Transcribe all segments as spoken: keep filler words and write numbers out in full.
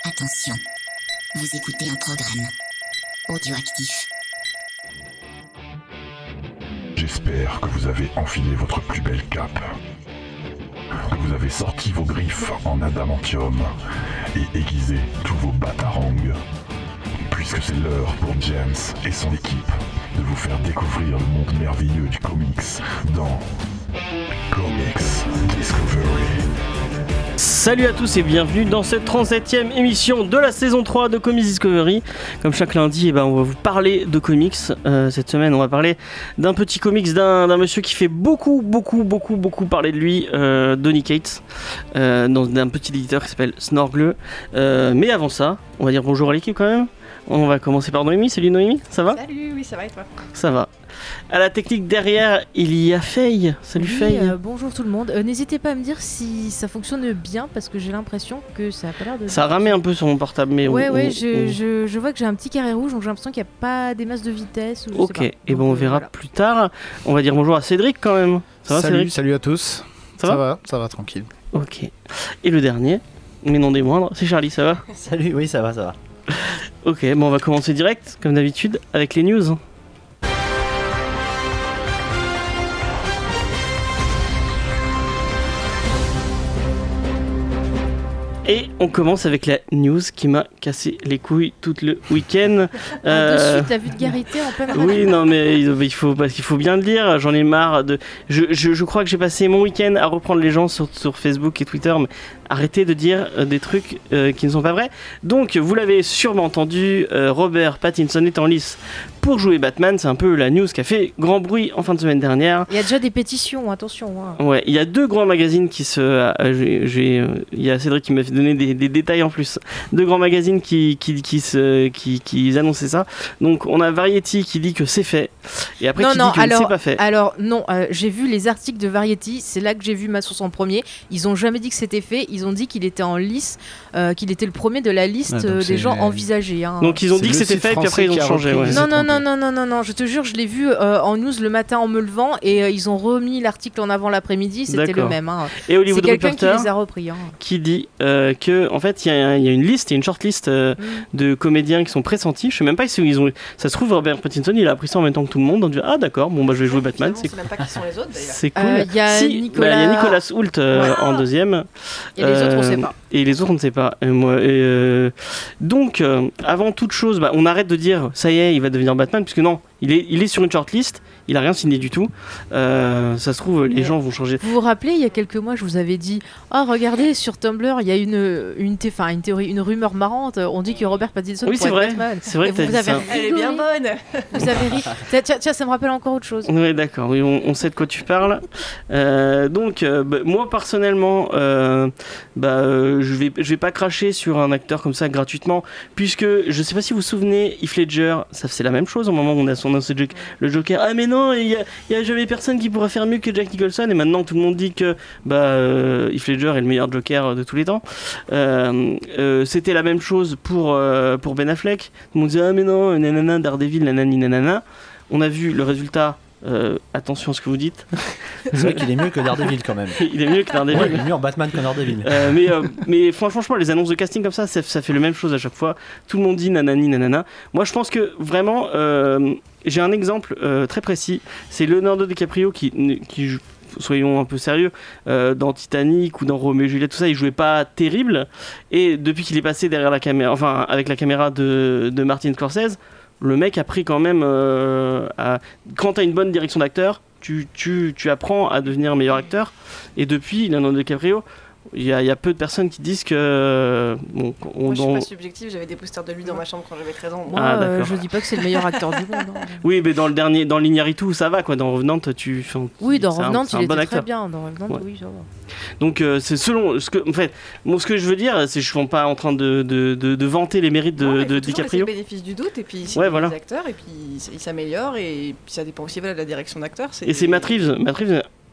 Attention, vous écoutez un programme audioactif. J'espère que vous avez enfilé votre plus belle cape, que vous avez sorti vos griffes en adamantium et aiguisé tous vos batarangs, puisque c'est l'heure pour James et son équipe de vous faire découvrir le monde merveilleux du comics dans Comics Discovery. Salut à tous et bienvenue dans cette trente-septième émission de la saison trois de Comics Discovery. Comme chaque lundi, eh ben, on va vous parler de comics. Euh, cette semaine, on va parler d'un petit comics d'un, d'un monsieur qui fait beaucoup, beaucoup, beaucoup, beaucoup parler de lui, euh, Donny Cates, euh, dans un petit éditeur qui s'appelle Snorgle. Euh, mais avant ça, on va dire bonjour à l'équipe quand même. On va commencer par Noémie. Salut Noémie, ça va ? Salut, oui, ça va et toi ? Ça va. À la technique derrière, il y a Faye. Salut oui, Faye. Euh, bonjour tout le monde. Euh, n'hésitez pas à me dire si ça fonctionne bien parce que j'ai l'impression que ça a pas l'air de. Ça ramait un peu sur mon portable, mais ouais, on, ouais. on, Je, on... Je, je vois que j'ai un petit carré rouge, donc j'ai l'impression qu'il n'y a pas des masses de vitesse. Ou je ok, sais pas. et donc, bon, on euh, verra voilà. plus tard. On va dire bonjour à Cédric quand même. Ça va, salut, Cédric ? salut à tous. Ça, ça va, va, ça va tranquille. Ok. Et le dernier, mais non des moindres, c'est Charlie. Ça va ? Salut, oui, ça va, ça va. Ok, bon, on va commencer direct, comme d'habitude, avec les news. Et on commence avec la news qui m'a cassé les couilles tout le week-end. Ah, Euh, de suite, la vulgarité en pleine radio. Oui, non, mais il il faut, parce qu'il faut bien le dire. J'en ai marre de. Je, je, je crois que j'ai passé mon week-end à reprendre les gens sur, sur Facebook et Twitter, mais arrêtez de dire euh, des trucs euh, qui ne sont pas vrais. Donc, vous l'avez sûrement entendu, euh, Robert Pattinson est en lice pour jouer Batman. C'est un peu la news qui a fait grand bruit en fin de semaine dernière. Il y a déjà des pétitions, attention. Hein. Ouais, il y a deux grands magazines qui se. euh, j'ai, j'ai, euh, il y a Cédric qui m'a fait donner des, des détails en plus. Deux grands magazines qui, qui, qui, se, qui, qui annonçaient ça. Donc, on a Variety qui dit que c'est fait. Et après, Non, qui non, dit que alors, c'est pas fait. alors non, euh, j'ai vu les articles de Variety, c'est là que j'ai vu ma source en premier. Ils ont jamais dit que c'était fait, ils ont dit qu'il était en lice, euh, qu'il était le premier de la liste Ah, donc euh, c'est- des gens envisagés. Hein. Donc, ils ont C'est dit que le c'était site fait, puis après, ils ont français qui a changé. repris Ouais. les- Non, s'est non, non, trompé. non, non, non, non, je te jure, je l'ai vu euh, en news le matin en me levant et euh, ils ont remis l'article en avant l'après-midi, c'était D'accord. le même. Hein. Et C'est Hollywood quelqu'un qui Reporter les a repris. Hein. qui dit euh, que en fait il y, a- il y a une liste, il y a une shortlist euh, Mm. de comédiens qui sont pressentis. Je sais même pas si ils ont. Ça se trouve Robert Pattinson il a appris ça en même temps que tout le monde. On dit ah d'accord, bon bah je vais jouer Batman, c'est C'est même pas qui sont les autres d'ailleurs. c'est cool. Euh, il y a Si, Nicolas- bah, il y a Nicolas Hoult euh, Ouais. en deuxième. Et les autres, on sait Euh, pas. Et les autres, on ne sait pas. Et moi, et euh, donc, euh, avant toute chose, bah, on arrête de dire ça y est, il va devenir Batman, puisque non, il est, il est sur une shortlist, il a rien signé du tout. Euh, ça se trouve, les Mais- gens vont changer. Vous vous rappelez, il y a quelques mois, je vous avais dit ah regardez, sur Tumblr, il y a une, une, thé- enfin, une théorie, une rumeur marrante. On dit que Robert Pattinson Oui, c'est pourrait vrai. être Batman. C'est vrai Et que t'as vous dit avez ça. ri- Elle est bien bonne. Vous avez ri. Tiens, tiens, tiens, ça me rappelle encore autre chose. Oui, d'accord, oui, on, on sait de quoi tu parles. Euh, donc, euh, bah, moi personnellement, euh, bah, euh, je vais, je vais pas cracher sur un acteur comme ça gratuitement, puisque je sais pas si vous vous souvenez, Heath Ledger, ça c'est la même chose au moment où on a son ce Joker, le Joker. Ah mais non, il y a, il y a jamais personne qui pourrait faire mieux que Jack Nicholson, et maintenant tout le monde dit que bah, euh, Heath Ledger est le meilleur Joker de tous les temps. Euh, euh, c'était la même chose pour euh, pour Ben Affleck. Tout le monde disait ah mais non, nanana, Daredevil, nanani nanana. On a vu le résultat. Euh, attention à ce que vous dites. C'est vrai qu'il est mieux que Daredevil quand même. Il est mieux que Daredevil. Ouais, il est mieux en Batman que Daredevil. Euh, mais, euh, mais franchement, les annonces de casting comme ça, ça, ça fait la même chose à chaque fois. Tout le monde dit nanani nanana. Moi, je pense que vraiment, euh, j'ai un exemple euh, très précis. C'est Leonardo DiCaprio qui, qui soyons un peu sérieux, euh, dans Titanic ou dans Roméo et Juliette, tout ça, il jouait pas terrible. Et depuis qu'il est passé derrière la caméra, enfin avec la caméra de, de Martin Scorsese, le mec a pris quand même. Euh, à... Quand t'as une bonne direction d'acteur, tu, tu, tu apprends à devenir meilleur acteur. Et depuis, Leonardo DiCaprio, il y, y a peu de personnes qui disent que. Bon, on, Moi je suis on- pas subjective, j'avais des posters de lui dans ma chambre quand j'avais treize ans. Moi, Ah, euh, d'accord. je dis pas que c'est le meilleur acteur du monde. hein. Oui, mais dans le dernier, dans l'Iñárritu, ça va quoi. Dans Revenant, tu. enfin, Oui, dans c'est un- Revenant, c'est un il bon était acteur. très bien. Dans Revenant, Ouais. oui, ça va. Donc euh, c'est selon ce que, en fait, bon, ce que je veux dire, c'est que je suis pas en train de, de, de, de vanter les mérites de, Non, mais de il faut toujours laisser DiCaprio. le bénéfice du doute et puis c'est Ouais, des voilà. acteurs et puis il s'améliore et puis ça dépend aussi voilà, de la direction d'acteur. Et c'est Matt Reeves, Matt Reeves,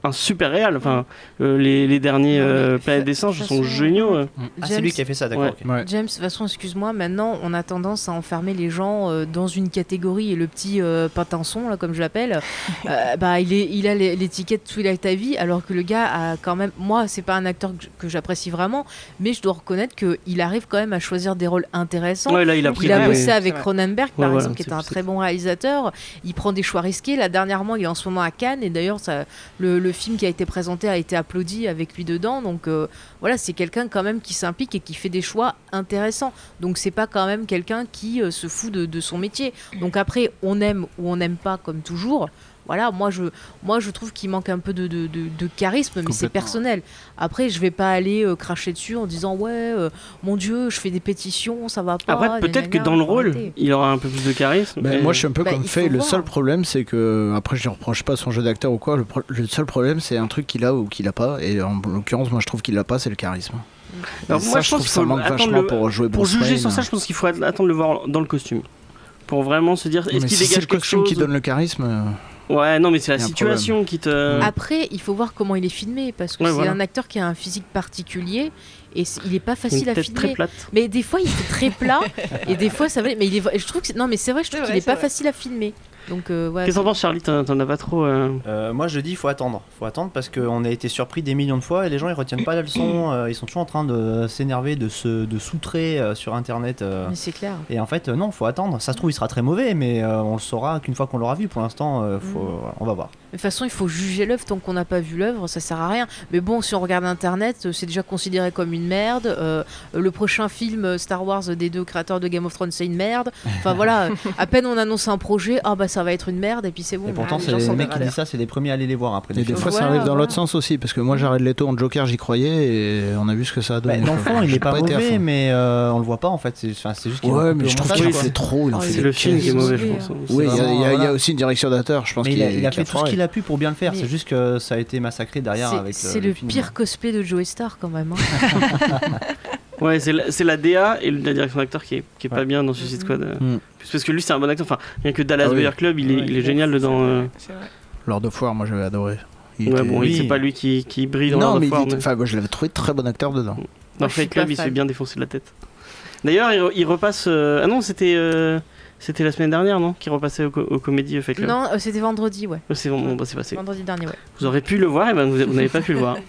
un super réal. Enfin, euh, les, les derniers euh, Planète des singes sont géniaux. euh. Ah, c'est lui qui a fait ça, d'accord. Ouais. ok. Ouais. James, de toute façon, excuse-moi, maintenant on a tendance à enfermer les gens euh, dans une catégorie et le petit euh, patinson, là, comme je l'appelle, euh, bah, il, est, il a l'é- l'étiquette Twilight Ivy, alors que le gars a quand même. Moi, c'est pas un acteur que, j- que j'apprécie vraiment, mais je dois reconnaître qu'il arrive quand même à choisir des rôles intéressants. Ouais, là, il a pris Il a des- bossé avec C'est vrai. Cronenberg, par Ouais, voilà, exemple, qui est c'est- un c'est- très bon réalisateur. Il prend des choix risqués. Là, dernièrement, il est en ce moment à Cannes, et d'ailleurs, ça, le, le film qui a été présenté a été applaudi avec lui dedans. Donc euh, voilà, c'est quelqu'un quand même qui s'implique et qui fait des choix intéressants. Donc c'est pas quand même quelqu'un qui euh, se fout de, de son métier. Donc après, on aime ou on n'aime pas, comme toujours. Voilà, moi je, moi je trouve qu'il manque un peu de, de, de, de charisme, mais c'est Complètement. personnel. Après, je vais pas aller euh, cracher dessus en disant ouais, euh, mon Dieu, je fais des pétitions, ça va pas. Après, peut-être que gna, gna, dans le faut rôle, arrêter. il aura un peu plus de charisme. Ben, mais- moi je suis un peu Bah, comme il Faye, faut le voir. seul problème c'est que, après je ne reproche pas son jeu d'acteur ou quoi, le, pro- le seul problème c'est un truc qu'il a ou qu'il a pas, et en l'occurrence moi je trouve qu'il l'a pas, c'est le charisme. Alors, Et moi, ça, je je pense trouve qu'il ça faut manque attendre vachement le- pour jouer Pour Bruce juger Wayne. sur ça, je pense qu'il faut attendre de le voir dans le costume. Pour vraiment se dire, est-ce Mais qu'il si dégage c'est le quelque costume chose qui donne le charisme, euh, Ouais, non, mais c'est la Il y a un situation qui te. Après, il faut voir comment il est filmé, parce que Ouais, c'est voilà. un acteur qui a un physique particulier et c'est- il est pas Une facile à tête filmer. très plate. Mais des fois, il fait très plat et des fois, ça va. Mais il est. Je trouve que c'est- non, mais c'est vrai, je trouve C'est qu'il vrai, est pas c'est vrai. facile à filmer. Donc euh, ouais. Qu'est-ce que t'en penses, Charlie? T'en t'en as pas trop. euh, Euh, moi je dis il faut attendre, faut attendre parce qu'on a été surpris des millions de fois et les gens ils retiennent pas la leçon, euh, ils sont toujours en train de s'énerver, de se de soutrer euh, sur internet. euh, Mais c'est clair. Et en fait euh, non, faut attendre. Ça se trouve il sera très mauvais, mais euh, on le saura qu'une fois qu'on l'aura vu. Pour l'instant, euh, faut, Mm. voilà, on va voir. De toute façon, il faut juger l'œuvre tant qu'on n'a pas vu l'œuvre, ça sert à rien. Mais bon, si on regarde Internet, euh, c'est déjà considéré comme une merde. Euh, le prochain film euh, Star Wars des deux créateurs de Game of Thrones, c'est une merde. Enfin voilà, euh, à peine on annonce un projet, ah bah ça va être une merde, et puis c'est bon. Et pourtant les c'est gens les sont mecs qui dévalés. disent ça, c'est les premiers à aller les voir après. et les des films. fois ça Voilà, arrive dans voilà. l'autre sens aussi, parce que moi Jared Leto en Joker j'y croyais et on a vu ce que ça a donné. Bah, dans le quoi. fond, il J'ai est pas, été à mauvais, fond. mais euh, on le voit pas en fait. C'est enfin, c'est juste qu'il est Ouais, coupé mais au je trouve montage, qu'il quoi. fait trop, il en Oh, fait il C'est des le film qui est caisses. mauvais, je Oui, pense. hein. C'est Oui, il y, a- vraiment- il y a- il y a voilà. aussi une direction d'acteur, je pense Mais qu'il il a, est- il a qu'il fait tout ce qu'il a pu pour bien le faire. Mais- C'est juste que ça a été massacré derrière C'est- avec C'est le, le film. pire cosplay de Joey Star quand même. hein. Ouais, c'est la, c'est la D A et la direction d'acteur qui est, qui est pas Ouais. bien dans Suicide Squad. euh. Mm. Parce que lui, c'est un bon acteur. Enfin, rien que Dallas Ah oui. Buyer Club, il est, Ouais. il est génial dedans. euh. C'est vrai. Lord of War, moi j'avais adoré. Il Ouais, était- bon, Oui. c'est pas lui qui, qui brille dans non, Lord mais of il War, était- mais- enfin, moi je l'avais trouvé très bon acteur dedans. Dans Moi, je suis Fight Club, pas il se fait fan. bien défoncer de la tête. D'ailleurs, il, re- il repasse. euh, Ah non, c'était euh, c'était la semaine dernière, non? Qui repassait au, co- au Comédie euh, Fight Club. Non, euh, c'était vendredi, ouais. Oh, c'est bon, bon, bah, c'est passé. Vendredi dernier, ouais. Vous aurez pu le voir, et ben vous, vous n'avez pas pu le voir.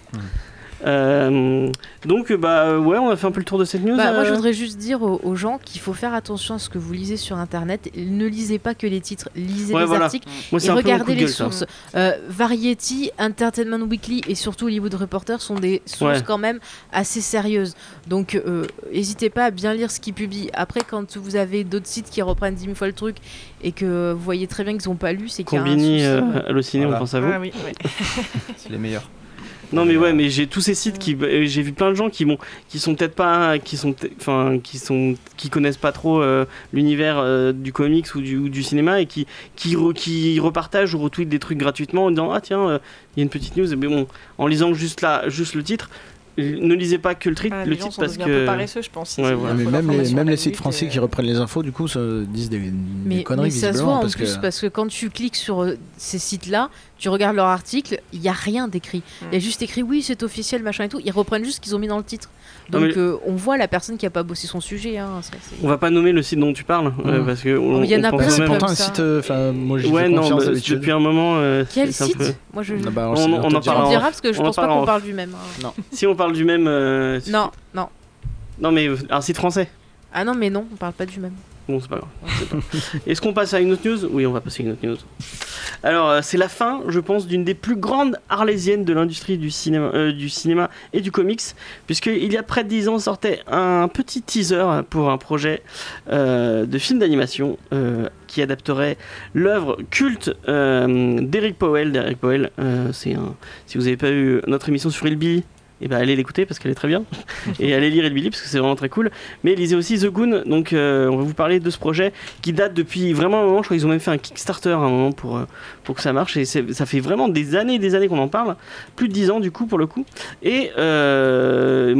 Euh, donc, bah ouais, on a fait un peu le tour de cette news. Bah, moi, je euh. voudrais juste dire aux, aux gens qu'il faut faire attention à ce que vous lisez sur Internet. Ne lisez pas que les titres, lisez Ouais, les voilà. articles Moi, c'est et un peu mon coup regardez de les gueule, ça. sources. Euh, Variety, Entertainment Weekly et surtout Hollywood Reporter sont des sources Ouais. quand même assez sérieuses. Donc, euh, n'hésitez pas à bien lire ce qu'ils publient. Après, quand vous avez d'autres sites qui reprennent dix mille fois le truc et que vous voyez très bien qu'ils n'ont pas lu, c'est qu'il y a un Combini, souci. euh, Allociné, Voilà. on pense à vous. Ah oui, oui. C'est les meilleurs. Non mais ouais, mais j'ai tous ces sites qui, euh, j'ai vu plein de gens qui bon, qui sont peut-être pas, qui sont, peut-être- enfin, qui sont, qui connaissent pas trop euh, l'univers euh, du comics ou du, ou du cinéma et qui, qui, re- qui repartagent ou retweetent des trucs gratuitement en disant ah tiens, euh, il y a une petite news. Mais bon, en lisant juste là, juste le titre, euh, ne lisez pas que le, tri- Ah, le les gens titre sont parce devenus un peu que. paresseux, je pense. Ouais, Ils- voilà. il Mais faut même les, l'information à même la les sites minute français et- qui reprennent les infos, du coup, ça disent des, des Mais, conneries mais ça se visiblement. voit en parce plus que... parce que quand tu cliques sur euh, ces sites-là, tu regardes leur article, il n'y a rien d'écrit. Il y a juste écrit oui, c'est officiel, machin et tout. Ils reprennent juste ce qu'ils ont mis dans le titre. Non, Donc mais- euh, on voit la personne qui a pas bossé son sujet. Hein, ça, c'est- On va pas nommer le site dont tu parles euh, Mhm. parce que on, Oh, il y en on a pense plein, au même. comme pourtant un ça. site, euh, enfin, moi j'y Ouais, fais non, confiance bah, d'habitude. depuis un moment. euh, Quel c'est un site peu- Moi je. Ah bah, On- sait- on en te parle dira. On en- dira parce que je on en pense pas parle en qu'on off. parle du même. hein. Si on parle du même. euh, Non, non. Non mais euh, un site français. Ah non, mais non, on parle pas du même. Bon, c'est pas grave. c'est pas- Est-ce qu'on passe à une autre news? Oui, on va passer à une autre news. Alors, euh, c'est la fin, je pense, d'une des plus grandes arlésiennes de l'industrie du cinéma, euh, du cinéma et du comics, puisqu'il y a près de dix ans sortait un petit teaser pour un projet euh, de film d'animation euh, qui adapterait l'œuvre culte euh, d'Eric Powell. D'Eric Powell, euh, c'est un. Si vous n'avez pas eu notre émission sur Ilby, et ben allez l'écouter parce qu'elle est très bien et allez lire Billy parce que c'est vraiment très cool, mais lisez aussi The Goon. Donc euh, on va vous parler de ce projet qui date depuis vraiment un moment. Je crois qu'ils ont même fait un Kickstarter à un moment pour, euh, pour que ça marche et c'est- ça fait vraiment des années et des années qu'on en parle, plus de dix ans du coup pour le coup. Et euh, moi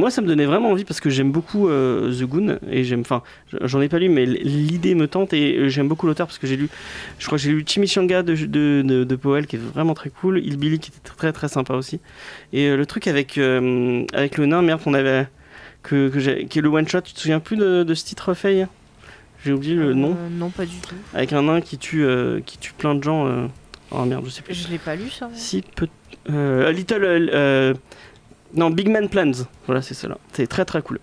moi, ça me donnait vraiment envie parce que j'aime beaucoup euh, The Goon et j'aime, enfin, j'en ai pas lu, mais l'idée me tente et j'aime beaucoup l'auteur parce que j'ai lu, je crois que j'ai lu Chimichanga de, de, de, de Powell qui est vraiment très cool, Hillbilly qui était très très sympa aussi. Et euh, le truc avec, euh, avec le nain, merde, qu'on avait, que, que j'ai, qui est le one shot, tu te souviens plus de, de ce titre, Faye ? J'ai oublié le Euh, nom. Non, pas du tout. Avec un nain qui tue, euh, qui tue plein de gens. Euh... Oh merde, je sais plus. Je l'ai pas lu ça. Si, peut... euh, Little. Euh, non, Big Man Plans. Voilà, c'est cela. C'est très très cool.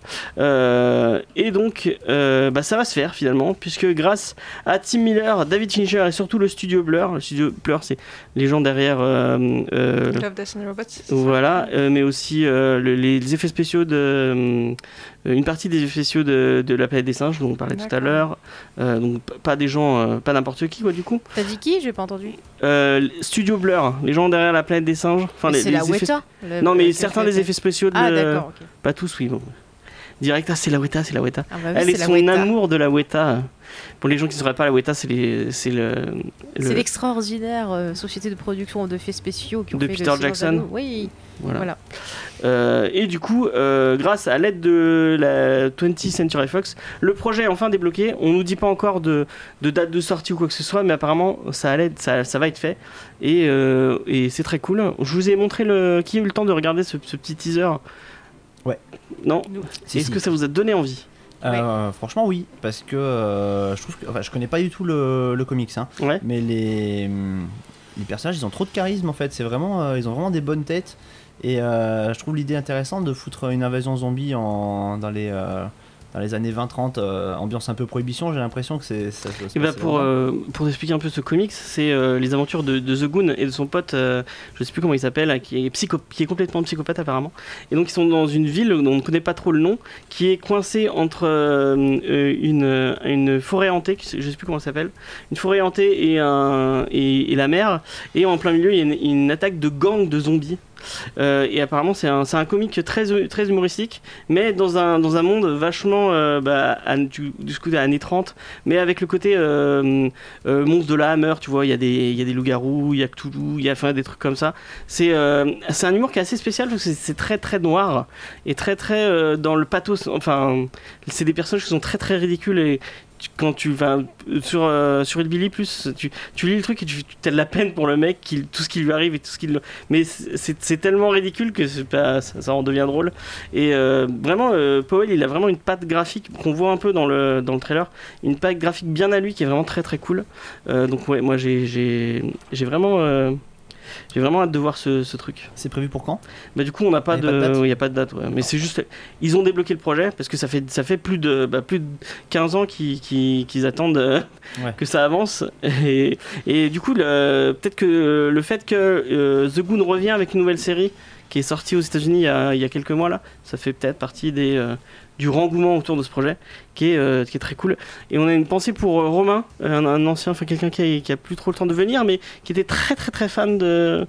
Euh, et donc, euh, bah, ça va se faire finalement, puisque grâce à Tim Miller, David Fincher et surtout le studio Blur, le studio Blur, c'est les gens derrière. Euh, euh, Love, Death and Robots. c'est ça voilà, euh, mais aussi euh, le, les, les effets spéciaux de. Euh, une partie des effets spéciaux de, de La Planète des Singes, dont on parlait tout à D'accord. l'heure. Euh, donc, p- pas des gens, euh, pas n'importe qui, quoi, du coup. T'as dit qui? J'ai pas entendu. Euh, Studio Blur, les gens derrière La Planète des Singes. Enfin, les, c'est les la effets- Weta. le- Non, le- mais qui certains fait- des effets spéciaux de. Ah le- d'accord. ok. Pas tous, oui. Bon. Direct, ah, c'est la Weta, c'est la Weta. Ah, bah oui, Elle c'est est la son Weta. amour de la Weta. Pour les gens qui ne sauraient pas, la Weta, c'est, les, c'est le. C'est le- l'extraordinaire euh, société de production d'effets spéciaux qui ont De fait Peter le Seigneur des Jackson. Anneaux. Oui. Voilà. Voilà. Euh, et du coup, euh, grâce à l'aide de la twentieth Century Fox, le projet est enfin débloqué. On nous dit pas encore de, de date de sortie ou quoi que ce soit, mais apparemment ça, allait, ça, ça va être fait. Et, euh, et c'est très cool. Je vous ai montré le. Qui a eu le temps de regarder ce, ce petit teaser? Ouais. Non. Si, Est-ce si. que ça vous a donné envie? Euh, Franchement, oui, parce que euh, je trouve que, enfin, je connais pas du tout le, le comics, hein, Ouais. mais les, hum, les personnages, ils ont trop de charisme en fait. C'est vraiment, euh, ils ont vraiment des bonnes têtes. Et euh, je trouve l'idée intéressante de foutre une invasion zombie en, dans les euh, dans les années vingt trente, euh, ambiance un peu prohibition. J'ai l'impression que c'est ça. doit se Et bah passer pour, là-bas. euh, pour expliquer un peu ce comics, c'est euh, les aventures de, de The Goon et de son pote, euh, je sais plus comment il s'appelle, qui est, psycho- qui est complètement psychopathe apparemment. Et donc ils sont dans une ville dont on ne connaît pas trop le nom, qui est coincée entre euh, euh, une, une forêt hantée, je sais plus comment ça s'appelle, une forêt hantée et, un, et, et la mer. Et en plein milieu, il y a une, une attaque de gang de zombies. Euh, et apparemment c'est un, c'est un comic très, très humoristique, mais dans un, dans un monde vachement euh, bah, à- du, du côté années trente, mais avec le côté euh, euh, monstre de la Hammer, tu vois, il y a des, il y a des loups-garous, il y a Cthulhu, il y a enfin, des trucs comme ça. C'est, euh, c'est un humour qui est assez spécial parce que c'est, c'est très très noir et très très euh, dans le pathos, enfin c'est des personnages qui sont très très ridicules et tu- quand tu vas sur euh, sur Hillbilly plus tu, tu lis le truc et tu tu as de la peine pour le mec qui, tout ce qui lui arrive et tout ce qui le- mais c'est, c'est, c'est tellement ridicule que c'est pas, ça, ça en devient drôle et euh, vraiment euh, Powell il a vraiment une patte graphique qu'on voit un peu dans le, dans le trailer, une patte graphique bien à lui qui est vraiment très très cool. Euh, donc ouais, moi j'ai, j'ai, j'ai vraiment euh, j'ai vraiment hâte de voir ce, ce truc. C'est prévu pour quand? Bah du coup on n'a pas, Il y a pas de date. de, il y a pas de date, ouais. Mais c'est juste, ils ont débloqué le projet parce que ça fait, ça fait plus de, bah, plus de quinze ans qu'ils, qu'ils, qu'ils attendent euh, Ouais. que ça avance et, et du coup le, peut-être que le fait que euh, The Goon revient avec une nouvelle série qui est sortie aux États-Unis il y a, il y a quelques mois là, ça fait peut-être partie des euh, du rengouement autour de ce projet qui est, euh, qui est très cool. Et on a une pensée pour euh, Romain, un, un ancien, enfin quelqu'un qui a, qui a plus trop le temps de venir, mais qui était très très très fan de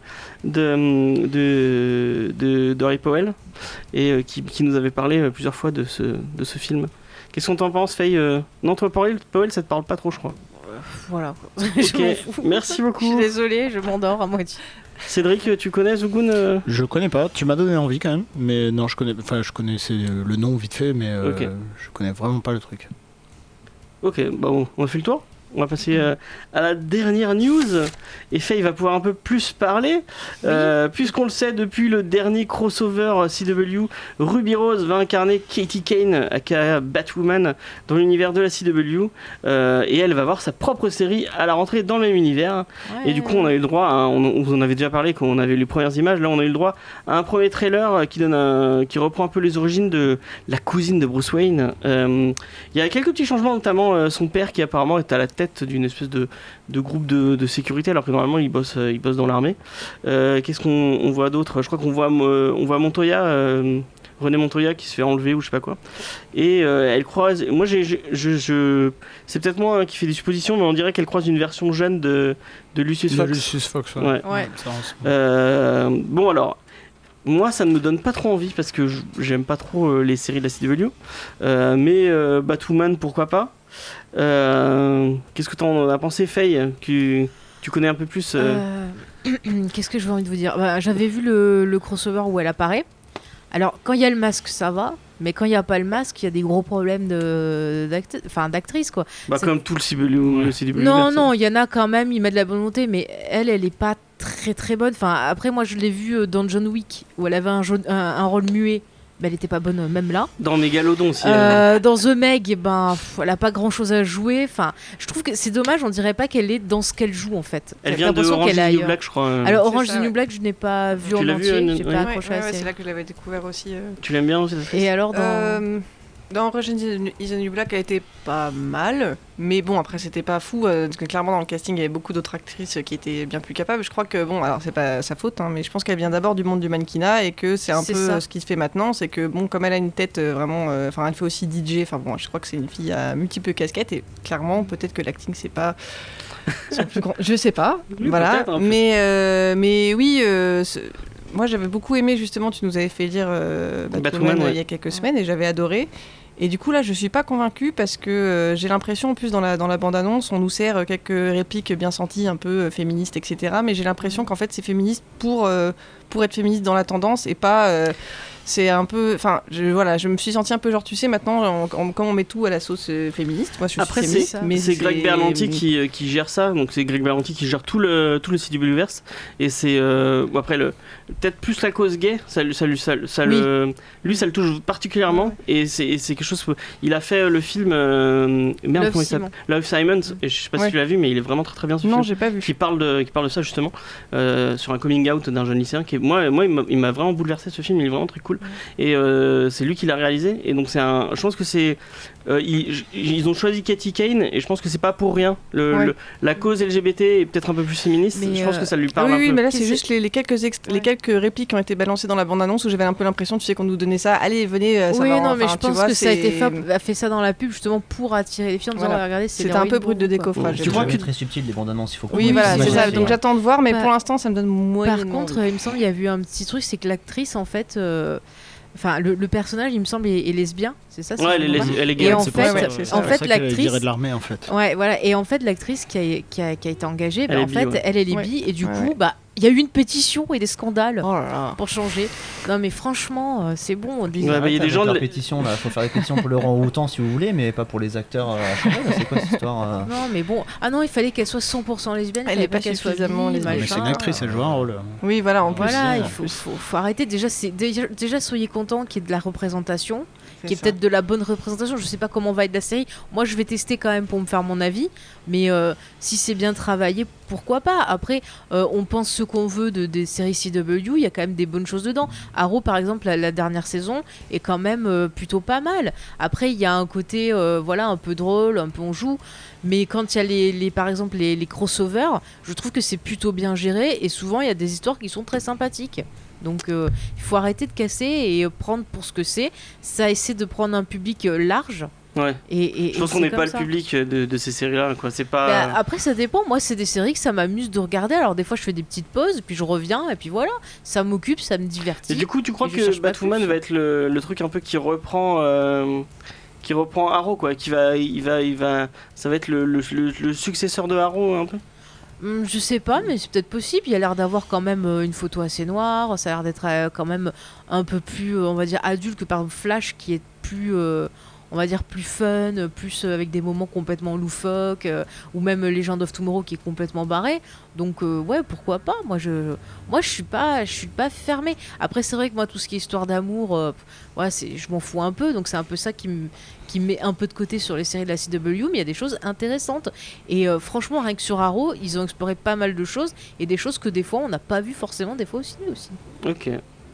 de, de, de, de Harry Powell et euh, qui, qui nous avait parlé euh, plusieurs fois de ce, de ce film. Qu'est-ce qu'on t'en pense, Faye? euh Non, toi, Powell, Powell, ça te parle pas trop, je crois. Voilà. quoi. Je Ok, m'en fous. merci Je beaucoup. suis désolée, je m'endors à moitié. Cédric, tu connais The Goon euh Je connais pas, tu m'as donné envie quand même, mais non, je connais, enfin, je connaissais le nom vite fait, mais euh, Ok. je connais vraiment pas le truc. Ok, bah on, on a fait le tour. On va passer euh, à la dernière news. Et Faye va pouvoir un peu plus parler. Euh, puisqu'on le sait, depuis le dernier crossover C W, Ruby Rose va incarner Katie Kane, aka Batwoman, dans l'univers de la C W. Euh, et elle va avoir sa propre série à la rentrée dans le même univers. Et du coup, on a eu le droit, à, on, on vous en avait déjà parlé quand on avait les premières images. Là, on a eu le droit à un premier trailer qui, donne un, qui reprend un peu les origines de la cousine de Bruce Wayne. Euh, Il y a quelques petits changements, notamment euh, son père qui apparemment est à la tête d'une espèce de, de groupe de, de sécurité, alors que normalement il bosse, euh, il bosse dans l'armée. Euh, qu'est-ce qu'on on voit d'autre? Je crois qu'on voit, euh, on voit Montoya. Euh, René Montoya qui se fait enlever ou je sais pas quoi, et euh, elle croise, moi j'ai, j'ai- je, je, c'est peut-être moi hein, qui fais des suppositions, mais on dirait qu'elle croise une version jeune de, de Lucius De Fox. Lucius Fox, ouais. Ouais. Ouais. Ça, on se- Euh, bon alors, moi ça ne me donne pas trop envie parce que je- j'aime pas trop euh, les séries de la C W, euh, mais euh, Batwoman pourquoi pas. Euh, qu'est-ce que t'en as pensé, Faye? tu, tu connais un peu plus euh, Euh, Qu'est-ce que j'avais envie de vous dire? Bah, j'avais vu le, le crossover où elle apparaît Alors, quand il y a le masque, ça va. Mais quand il n'y a pas le masque, il y a des gros problèmes de, d'acti- enfin, d'actrice, quoi. Bah, C'est- comme tout le C W, le C W. Non, non, il y en a quand même, ils mettent de la bonne volonté, mais elle, elle est pas très très bonne. Enfin, après, moi, je l'ai vue euh, dans John Wick, où elle avait un, jaune- un, un rôle muet, mais elle était pas bonne euh, même là. Dans Mégalodon aussi. elle. Euh, dans The Meg, eh ben, pff, elle a pas grand chose à jouer. Enfin, je trouve que c'est dommage, on dirait pas qu'elle est dans ce qu'elle joue en fait. Elle J'ai vient de l'impression Orange qu'elle est is the New ailleurs. Black, je crois. euh. Alors, C'est Orange is ça, the New ouais. Black, je n'ai pas vu Tu en l'as vu, entier, Anne- j'ai ouais. pas Ouais, accroché ouais, à la ouais, c'est série. là que je l'avais découvert aussi. euh. Tu l'aimes bien cette actrice Et alors, dans. Euh, Dans Orange is the New Black, elle était pas mal, mais bon, après, c'était pas fou, euh, parce que clairement, dans le casting, il y avait beaucoup d'autres actrices qui étaient bien plus capables. Je crois que, bon, alors, c'est pas sa faute, hein, mais je pense qu'elle vient d'abord du monde du mannequinat et que c'est un C'est peu ça. euh, ce qui se fait maintenant. C'est que, bon, comme elle a une tête euh, vraiment. euh, Enfin, elle fait aussi D J, enfin, bon, je crois que c'est une fille à multiples casquettes et clairement, peut-être que l'acting, c'est pas. son plus grand. Je sais pas, Oui, voilà. peut-être, un peu. Mais, euh, mais oui. euh, ce- Moi, j'avais beaucoup aimé, justement, tu nous avais fait lire euh, Batwoman, Batwoman, euh, ouais. il y a quelques semaines et j'avais adoré. Et du coup, là, je suis pas convaincue parce que euh, j'ai l'impression, en plus, dans la, dans la bande-annonce, on nous sert euh, quelques répliques bien senties, un peu euh, féministes, et cetera. Mais j'ai l'impression qu'en fait, c'est féministe pour, euh, pour être féministe dans la tendance et pas. euh, c'est un peu. Enfin, je, voilà, je me suis sentie un peu genre, tu sais, maintenant, on, on- quand on met tout à la sauce euh, féministe, moi, je suis Après, c'est, féministe. mais c'est Greg Berlanti qui, euh, qui gère ça. Donc, c'est Greg Berlanti qui gère tout le, tout le C W-verse. Et c'est. euh, bon, après, le, peut-être plus la cause gay. Ça, lui- ça, lui- ça, ça Oui. le, lui, ça le touche particulièrement. Et c'est, et c'est quelque chose. Il a fait le film. euh, merde, Love comment il Simon. s'appelle Love Simon. Et je sais pas Ouais. si tu l'as vu, mais il est vraiment très très bien ce Non, film. j'ai pas vu. Qui parle, de, qui parle de ça justement. euh, sur un coming out d'un jeune lycéen. Qui est, moi, moi il, m'a, il m'a vraiment bouleversé ce film. Il est vraiment très cool. Et. euh, c'est lui qui l'a réalisé et donc c'est un je pense que c'est euh, ils, ils ont choisi Katie Kane et je pense que c'est pas pour rien le, Ouais. le- la cause L G B T est peut-être un peu plus féministe. Mais, Je pense euh, que ça lui Ah parle oui, un oui, peu. mais là, Qui c'est c'est- juste les, les quelques ext- les Ouais. quelques répliques qui ont été balancées dans la bande-annonce où j'avais un peu l'impression, tu sais, qu'on nous donnait ça. Allez, venez, euh, ça Oui, va. non, mais enfin, je tu pense vois, que ça a été c'est- fait, a fait ça dans la pub justement pour attirer les filles en disant Voilà. regardez, c'est C'était un peu l'héroïne brut de pour vous, quoi. décoffrage. Tu Tu crois crois que- que très subtil les bandes annonces, il faut. Oui, Oui, voilà, c'est c'est ça. ça. Donc j'attends de voir, mais Bah, pour l'instant, ça me donne Par moyennement. contre, il me semble, il y a eu un petit truc, c'est que l'actrice, en fait, euh, enfin, le, le personnage, il me semble, est, est lesbien, c'est ça si Ouais, je elle est, me trompe lés- elle est Et gay. en c'est fait, pour ça, ouais, c'est c'est en pour fait, ça qu'elle est l'actrice- virée de l'armée en fait. Ouais, voilà. Et en fait, l'actrice qui a, qui a, qui a été engagée, Elle bah, est en bi, fait, ouais. elle, elle est Ouais. bi, et du Ouais, coup, ouais. bah, il y a eu une pétition et des scandales Oh là là. pour changer. Non, mais franchement, euh, c'est bon. des- Ouais, bah, il y a des gens de- de pétition là, faut faire des pétitions pour le rang autant si vous voulez, mais pas pour les acteurs. euh, à changer, là, c'est quoi cette histoire euh Non, mais bon. Ah non, il fallait qu'elle soit cent pour cent lesbienne. il Elle fallait est pas qu'elle soit suffisamment bi, lesbienne. Mais machin. c'est une actrice, elle joue un rôle. Oui, voilà, en plus. Voilà, euh, il faut, faut, faut arrêter. Déjà, c'est, déjà, déjà, soyez contents qu'il y ait de la représentation, c'est qui est ça. peut-être de la bonne représentation. Je sais pas comment va être la série. Moi, je vais tester quand même pour me faire mon avis. Mais euh, si c'est bien travaillé, pourquoi pas. Après, euh, on pense ce qu'on veut de, des séries C W. Il y a quand même des bonnes choses dedans. Arrow, par exemple, la, la dernière saison est quand même euh, plutôt pas mal. Après, il y a un côté, euh, voilà, un peu drôle, un peu on joue. Mais quand il y a les, les, par exemple, les, les crossovers, je trouve que c'est plutôt bien géré. Et souvent, il y a des histoires qui sont très sympathiques. Donc euh, il faut arrêter de casser et euh, prendre pour ce que c'est. Ça essaie de prendre un public euh, large. Ouais. Et, et, Je pense et qu'on c'est n'est comme pas ça. le public de, de ces séries-là, quoi. C'est pas. Bah, après ça dépend. Moi c'est des séries que ça m'amuse de regarder. Alors des fois je fais des petites pauses, puis je reviens et puis voilà. Ça m'occupe, ça me divertit. Et du coup, tu crois Et je que cherche pas Batwoman plus. va être le, le truc un peu qui reprend, euh, qui reprend Arrow, quoi, qui va, il va, il va, ça va être le, le, le, le successeur de Arrow un peu. Hum, Je sais pas, mais c'est peut-être possible. Il a l'air d'avoir quand même euh, une photo assez noire. Ça a l'air d'être euh, quand même un peu plus, euh, on va dire, adulte que par exemple Flash, qui est plus, euh, on va dire, plus fun, plus euh, avec des moments complètement loufoques, euh, ou même Legend of Tomorrow qui est complètement barré. Donc euh, ouais, pourquoi pas. Moi je, moi je suis pas, je suis pas fermée. Après c'est vrai que moi tout ce qui est histoire d'amour, euh, ouais, c'est, je m'en fous un peu. Donc c'est un peu ça qui me qui me met un peu de côté sur les séries de la C W, mais il y a des choses intéressantes. Et euh, franchement, rien que sur Arrow, ils ont exploré pas mal de choses, et des choses que des fois on n'a pas vu forcément des fois au ciné aussi. Ok.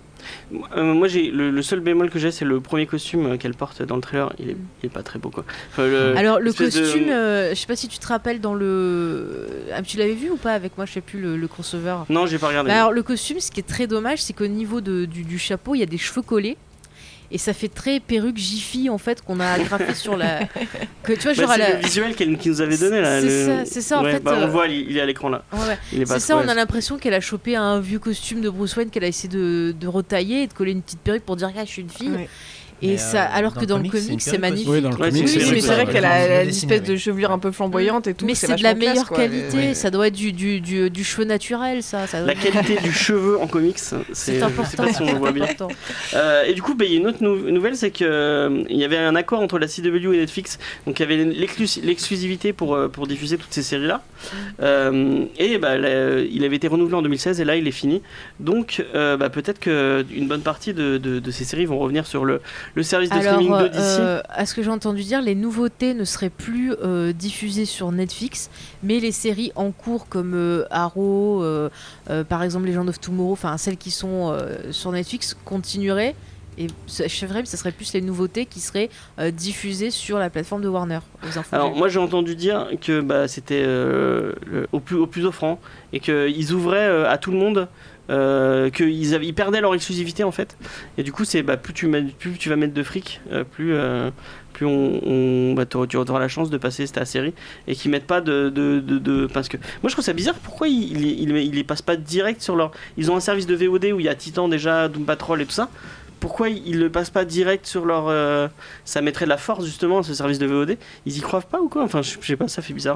Euh, moi, j'ai le, le seul bémol que j'ai, c'est le premier costume euh, qu'elle porte dans le trailer. Il est, il est pas très beau, quoi. Enfin, le- Alors le espèce de- costume, euh, je sais pas si tu te rappelles dans le... Ah, tu l'avais vu ou pas avec moi, je sais plus, le, le crossover. Non, j'ai pas regardé. Bah alors le costume, ce qui est très dommage, c'est qu'au niveau de, du, du chapeau, il y a des cheveux collés. Et ça fait très perruque Jiffy en fait qu'on a agrafé sur la. Que tu vois, Bah, genre à c'est la. le visuel qu'elle qui nous avait donné là. C'est le- ça, c'est ça, en Ouais, fait, bah, on euh, le voit, il, il est à l'écran là. Ouais, ouais. Il est pas C'est ça, trop- on a l'impression qu'elle a chopé un vieux costume de Bruce Wayne qu'elle a essayé de, de retailler et de coller une petite perruque pour dire ah, je suis une fille. Ouais. Et Mais, ça, euh, alors dans que le dans le comics, c'est comic, une c'est perruque magnifique. Oui, dans le Ouais, comics, c'est- Oui, c'est mais c'est vrai ça, qu'elle ouais. a Ouais, une dessiné, espèce ouais. de chevelure un peu flamboyante et tout. Mais c'est c'est de la vachement classe, meilleure quoi. qualité, Mais- ça doit être du, du, du, du cheveu naturel, ça. ça doit- La qualité du cheveu en comics, c'est, c'est je sais important. pas si on le voit bien. C'est important. Euh, et du coup, bah, il y a une autre nou- nouvelle, c'est qu'il y avait un accord entre la C W et Netflix, donc il y avait l'exclus- l'exclusivité pour, euh, pour diffuser toutes ces séries-là. Euh, et bah, là, il avait été renouvelé en deux mille seize et là il est fini. Donc euh, bah, peut-être qu'une bonne partie de, de, de ces séries vont revenir sur le, le service de Alors, streaming de D C. euh, à ce que j'ai entendu dire, les nouveautés ne seraient plus euh, diffusées sur Netflix, mais les séries en cours comme euh, Arrow, euh, euh, par exemple Legend of Tomorrow, enfin celles qui sont euh, sur Netflix continueraient. Et chez Frame, ce serait plus les nouveautés qui seraient euh, diffusées sur la plateforme de Warner. Aux infos Alors que j'ai moi j'ai entendu dire que bah, c'était euh, le- au, plus, au plus offrant et qu'ils ouvraient euh, à tout le monde, euh, qu'ils avaient- ils perdaient leur exclusivité en fait. Et du coup c'est bah, plus, tu mets, plus tu vas mettre de fric, euh, plus, euh, plus on, on, bah, t'auras- tu auras la chance de passer ta série et qu'ils mettent pas de, de, de, de- Parce que moi je trouve ça bizarre, pourquoi ils, ils, ils, ils les passent pas direct sur leur... Ils ont un service de V O D où il y a Titan déjà, Doom Patrol et tout ça. Pourquoi ils le passent pas direct sur leur... euh, ça mettrait de la force justement ce service de V O D. Ils y croient pas ou quoi? Enfin je je sais pas, ça fait bizarre.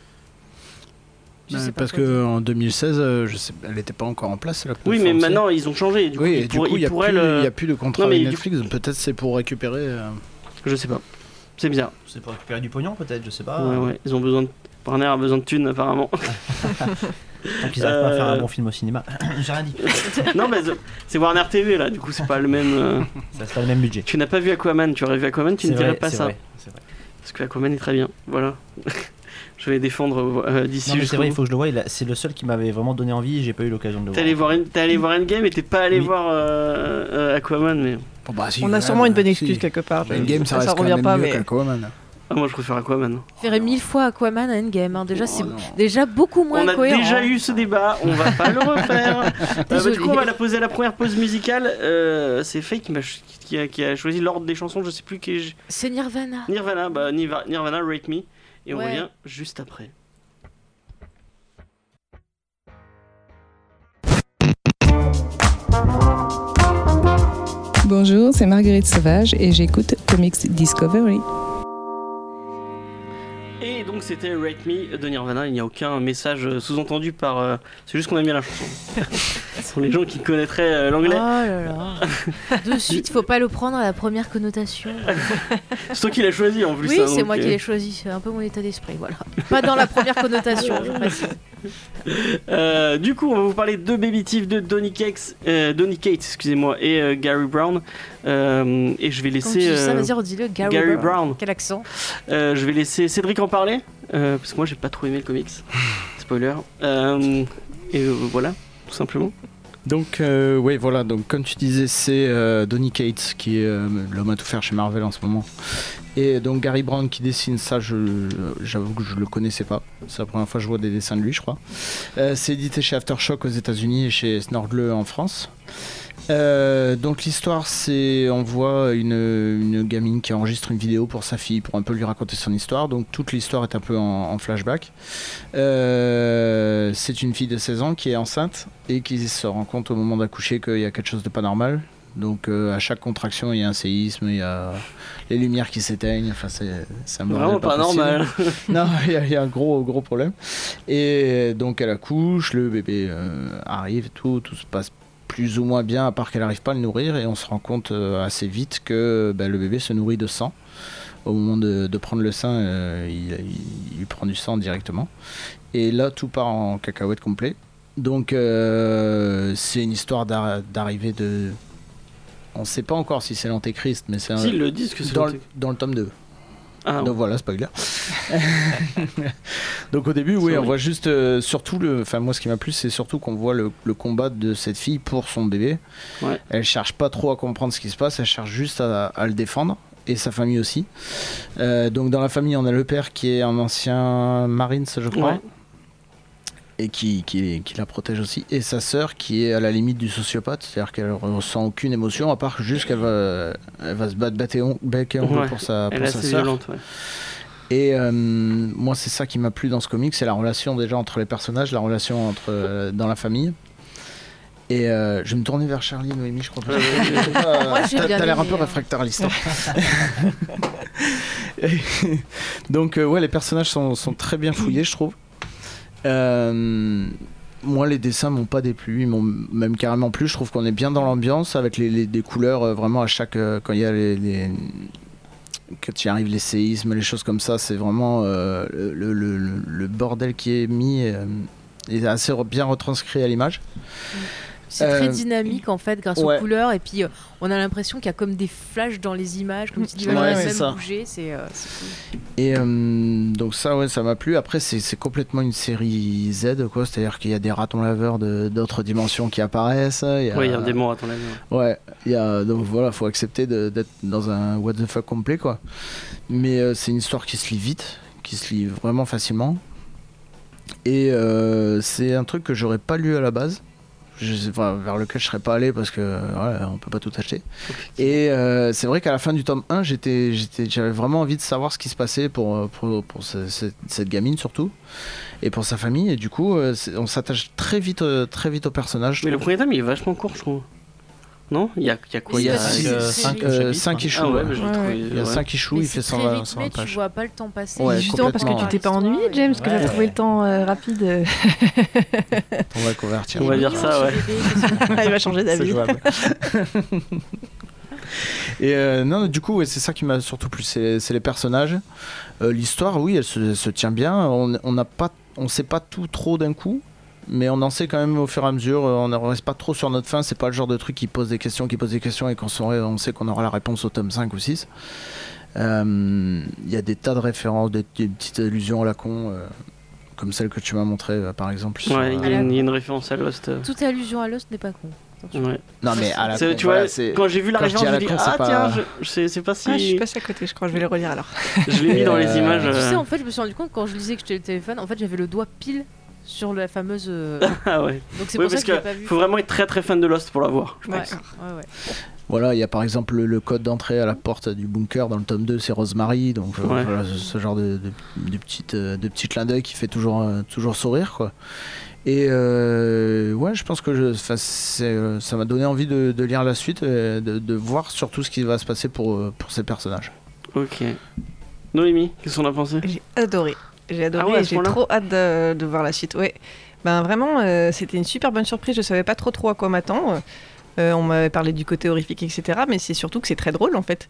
Je Ouais, sais pas parce quoi dire. qu'en deux mille seize, euh, je sais, elle n'était pas encore en place. La Oui mais plateforme, maintenant ils ont changé. Du coup, oui, ils et du pourraient- coup, il ils n'y a, pourraient plus- le- il y a plus de contrat Non, mais avec du Netflix. Peut-être c'est pour récupérer. euh, Je sais pas. C'est bizarre. C'est pour récupérer du pognon peut-être, je sais pas. Ouais ouais. Ils ont besoin de... Warner a besoin de thunes apparemment. Tant qu'ils arrivent pas à faire Euh. un bon film au cinéma. J'ai rien dit. Non mais c'est Warner T V là. Du coup c'est pas le même... euh, Ça c'est pas le même budget. Tu n'as pas vu Aquaman. Tu aurais vu Aquaman, tu C'est ne dirais vrai, pas c'est ça. vrai, c'est vrai. Parce que Aquaman est très bien. Voilà. Je vais défendre euh, d'ici Non mais c'est jusqu'au vrai, il bout. faut que je le voie. il a- C'est le seul qui m'avait vraiment donné envie et j'ai pas eu l'occasion de le T'es allé voir. voir, t'es allé voir Endgame et t'es pas allé Oui. voir euh, euh, Aquaman, mais bon, bah, si, On a ouais, sûrement bah, une bonne si. excuse quelque part. je- Endgame, ça ça, reste quand revient même pas, mieux mais qu'Aquaman. ah, moi je préfère Aquaman. Je ferais mille fois Aquaman à Endgame. hein. Déjà, c'est Oh, non. déjà beaucoup moins On a cohérent. déjà eu ce débat, on va pas le refaire. Euh, bah, Désolé. du coup, on va la poser à la première pause musicale. Euh, c'est Faye qui, m'a ch- qui, a, qui a choisi l'ordre des chansons, je sais plus qui est. C'est Nirvana. Nirvana, bah Nirva- Nirvana, Rate Me. Et on Ouais. revient juste après. Bonjour, c'est Marguerite Sauvage et j'écoute Comics Discovery. Et donc c'était Rate Me de Nirvana, il n'y a aucun message sous-entendu par... euh, c'est juste qu'on a mis la chanson. Ce sont les gens qui connaîtraient euh, Oh l'anglais. là là. De suite, faut pas le prendre à la première connotation. C'est toi qui l'as choisi en plus. Oui, hein, c'est donc, moi euh, qui l'ai choisi. C'est un peu mon état d'esprit, voilà. Pas dans la première connotation, je précise. Euh, du coup, on va vous parler de Baby Thief de Donny Cates, euh, Donny Cates, excusez-moi, et euh, Gary Brown. Euh, et je vais Quand tu laisser dis ça, euh, vas-y, redis-le. Gary, Gary Brown. Brown. Quel accent. Euh, je vais laisser Cédric en parler euh, parce que moi j'ai pas trop aimé le comics. Spoiler. Euh, et euh, voilà, tout simplement. Donc, euh, oui, voilà. Donc, comme tu disais, c'est euh, Donny Cates qui est euh, l'homme à tout faire chez Marvel en ce moment. Et donc, Gary Brown qui dessine ça, je, j'avoue que je le connaissais pas. C'est la première fois que je vois des dessins de lui, je crois. Euh, c'est édité chez Aftershock aux États-Unis et chez Snorgle en France. Euh, donc l'histoire, c'est on voit une, une gamine qui enregistre une vidéo pour sa fille pour un peu lui raconter son histoire. Donc toute l'histoire est un peu en, en flashback. Euh, c'est une fille de seize ans qui est enceinte et qui se rend compte au moment d'accoucher qu'il y a quelque chose de pas normal. Donc euh, à chaque contraction, il y a un séisme, il y a les lumières qui s'éteignent. Enfin, c'est, c'est un bordel Vraiment pas possible. normal. Non, il y, a- il y a un gros, gros problème. Et donc elle accouche, le bébé euh, arrive, et tout, tout se passe plus ou moins bien, à part qu'elle n'arrive pas à le nourrir, et on se rend compte euh, assez vite que bah, le bébé se nourrit de sang. Au moment de, de prendre le sein, euh, il, il, il prend du sang directement. Et là, tout part en cacahuète complet. Donc euh, c'est une histoire d'ar- d'arrivée de... On ne sait pas encore si c'est l'Antéchrist, mais c'est un... Si, ils le disent que c'est dans, le- le, dans le tome deux. Ah, Donc voilà, spoiler. Donc au début, oui, Sorry. on voit juste, euh, surtout le, enfin moi ce qui m'a plu, c'est surtout qu'on voit le, le combat de cette fille pour son bébé. Ouais. Elle cherche pas trop à comprendre ce qui se passe, elle cherche juste à, à le défendre et sa famille aussi. Euh, donc dans la famille, on a le père qui est un ancien Marines, je crois. Ouais. Et qui, qui, qui la protège aussi, et sa sœur qui est à la limite du sociopathe, c'est-à-dire qu'elle ressent aucune émotion à part juste qu'elle va, elle va se battre bec et on- bec et ongle Ouais. pour sa, Elle pour est sa assez sœur. violente, ouais. Et euh, moi, c'est ça qui m'a plu dans ce comic, c'est la relation déjà entre les personnages, la relation entre, euh, dans la famille. Et euh, je vais me tourner vers Charlie, Noémie, je crois pas. Moi, j'ai T'as, bien t'as l'air un aimé, peu hein. réfractaire à l'histoire. Et donc, euh, ouais, les personnages sont, sont très bien fouillés, je trouve. Euh, moi, les dessins m'ont pas déplu, ils m'ont même carrément plu. Je trouve qu'on est bien dans l'ambiance avec les, les des couleurs euh, vraiment à chaque euh, quand il y a les, les quand il arrive les séismes, les choses comme ça, c'est vraiment euh, le, le, le, le bordel qui est mis euh, est assez re- bien retranscrit à l'image. C'est très Euh, dynamique en fait grâce ouais. aux couleurs et puis euh, on a l'impression qu'il y a comme des flashs dans les images, comme si tu Ouais, l'image c'est même ça. bouger. C'est, euh, c'est cool. Et euh, donc ça, ouais, ça m'a plu. Après, c'est, c'est complètement une série Z, quoi. C'est-à-dire qu'il y a des ratons laveurs de, d'autres dimensions qui apparaissent. Il y a, Ouais, il y a un démon à ton avis. Ouais, il y a, donc voilà, faut accepter de, d'être dans un what the fuck complet, quoi. Mais euh, c'est une histoire qui se lit vite, qui se lit vraiment facilement. Et euh, c'est un truc que j'aurais pas lu à la base. Je sais, enfin, vers lequel je serais pas allé parce que voilà, on peut pas tout acheter. Et euh, c'est vrai qu'à la fin du tome un, j'étais, j'étais, j'avais vraiment envie de savoir ce qui se passait pour, pour, pour ce- cette, cette gamine surtout et pour sa famille. Et du coup, euh, c'est- on s'attache très vite, euh, très vite au personnage. je Mais le trouve. premier tome, il est vachement court, je trouve. Non il y a, il y a quoi Mais Il y a c'est six- parce que six- c'est- Euh, chapitres. cinq issues. Ah ouais, ouais. mais j'ai Ouais, trouvé. Il y a ouais. cinq issues, Mais il c'est fait très cent vingt, rythmé, cent vingt tu pages. vois pas le temps passer. Ouais, Justement parce que tu complètement. t'es pas ennuyé, James, que Ouais. t'as trouvé le temps euh, rapide. euh, On va convertir. On va dire ça, ouais. Il va changer C'est d'avis. jouable. Et euh, non, du coup, ouais, c'est ça qui m'a surtout plu, c'est, c'est les personnages. Euh, l'histoire, oui, elle se, elle se tient bien. On on n'a pas, on sait pas tout trop d'un coup, mais on en sait quand même au fur et à mesure. On ne reste pas trop sur notre faim. C'est pas le genre de truc qui pose des questions, qui pose des questions et qu'on saurait, on sait qu'on aura la réponse au tome cinq ou six. Euh, Il y a des tas de références, des, des petites allusions à la con, euh, comme celle que tu m'as montrée, euh, par exemple. sur, Ouais, il y, a euh, une- il y a une référence à Lost. euh. Toute allusion à Lost n'est pas con. Attention. Ouais. Non, mais à la C'est- con, tu voilà, vois, c'est- quand j'ai vu la quand je dis référence, à je me la dis con, c'est ah pas- tiens, je, je sais, c'est pas si. Ah, je suis passée à côté, je crois. Je vais le relire alors. Je l'ai mis dans les Euh, images. Tu sais, euh. en fait, je me suis rendu compte quand je lisais que j'étais le téléphone, en fait, j'avais le doigt pile sur la fameuse. euh, Ah ouais. Donc c'est Oui, pour ça parce que je l'ai que pas vu. faut vraiment être très très fan de Lost pour la voir. Je Ouais, pense. ouais, ouais. Voilà, il y a par exemple le, le code d'entrée à la porte du bunker dans le tome deux, c'est Rosemary, donc euh, Ouais. voilà, ce, ce genre de, de, de petites, euh, de petits clins d'œil qui fait toujours, euh, toujours sourire, quoi. Et euh, ouais, je pense que je, 'fin, c'est, euh, ça m'a donné envie de, de lire la suite, et de, de voir surtout ce qui va se passer pour, euh, pour ces personnages. Ok. Noémie, qu'est-ce qu'on a pensé J'ai adoré. J'ai adoré Ah ouais, à et ce j'ai point-là trop hâte de, de voir la suite. Ouais. Ben vraiment, euh, c'était une super bonne surprise. Je savais pas trop trop à quoi m'attendre. Euh, on m'avait parlé du côté horrifique, et cetera. Mais c'est surtout que c'est très drôle en fait.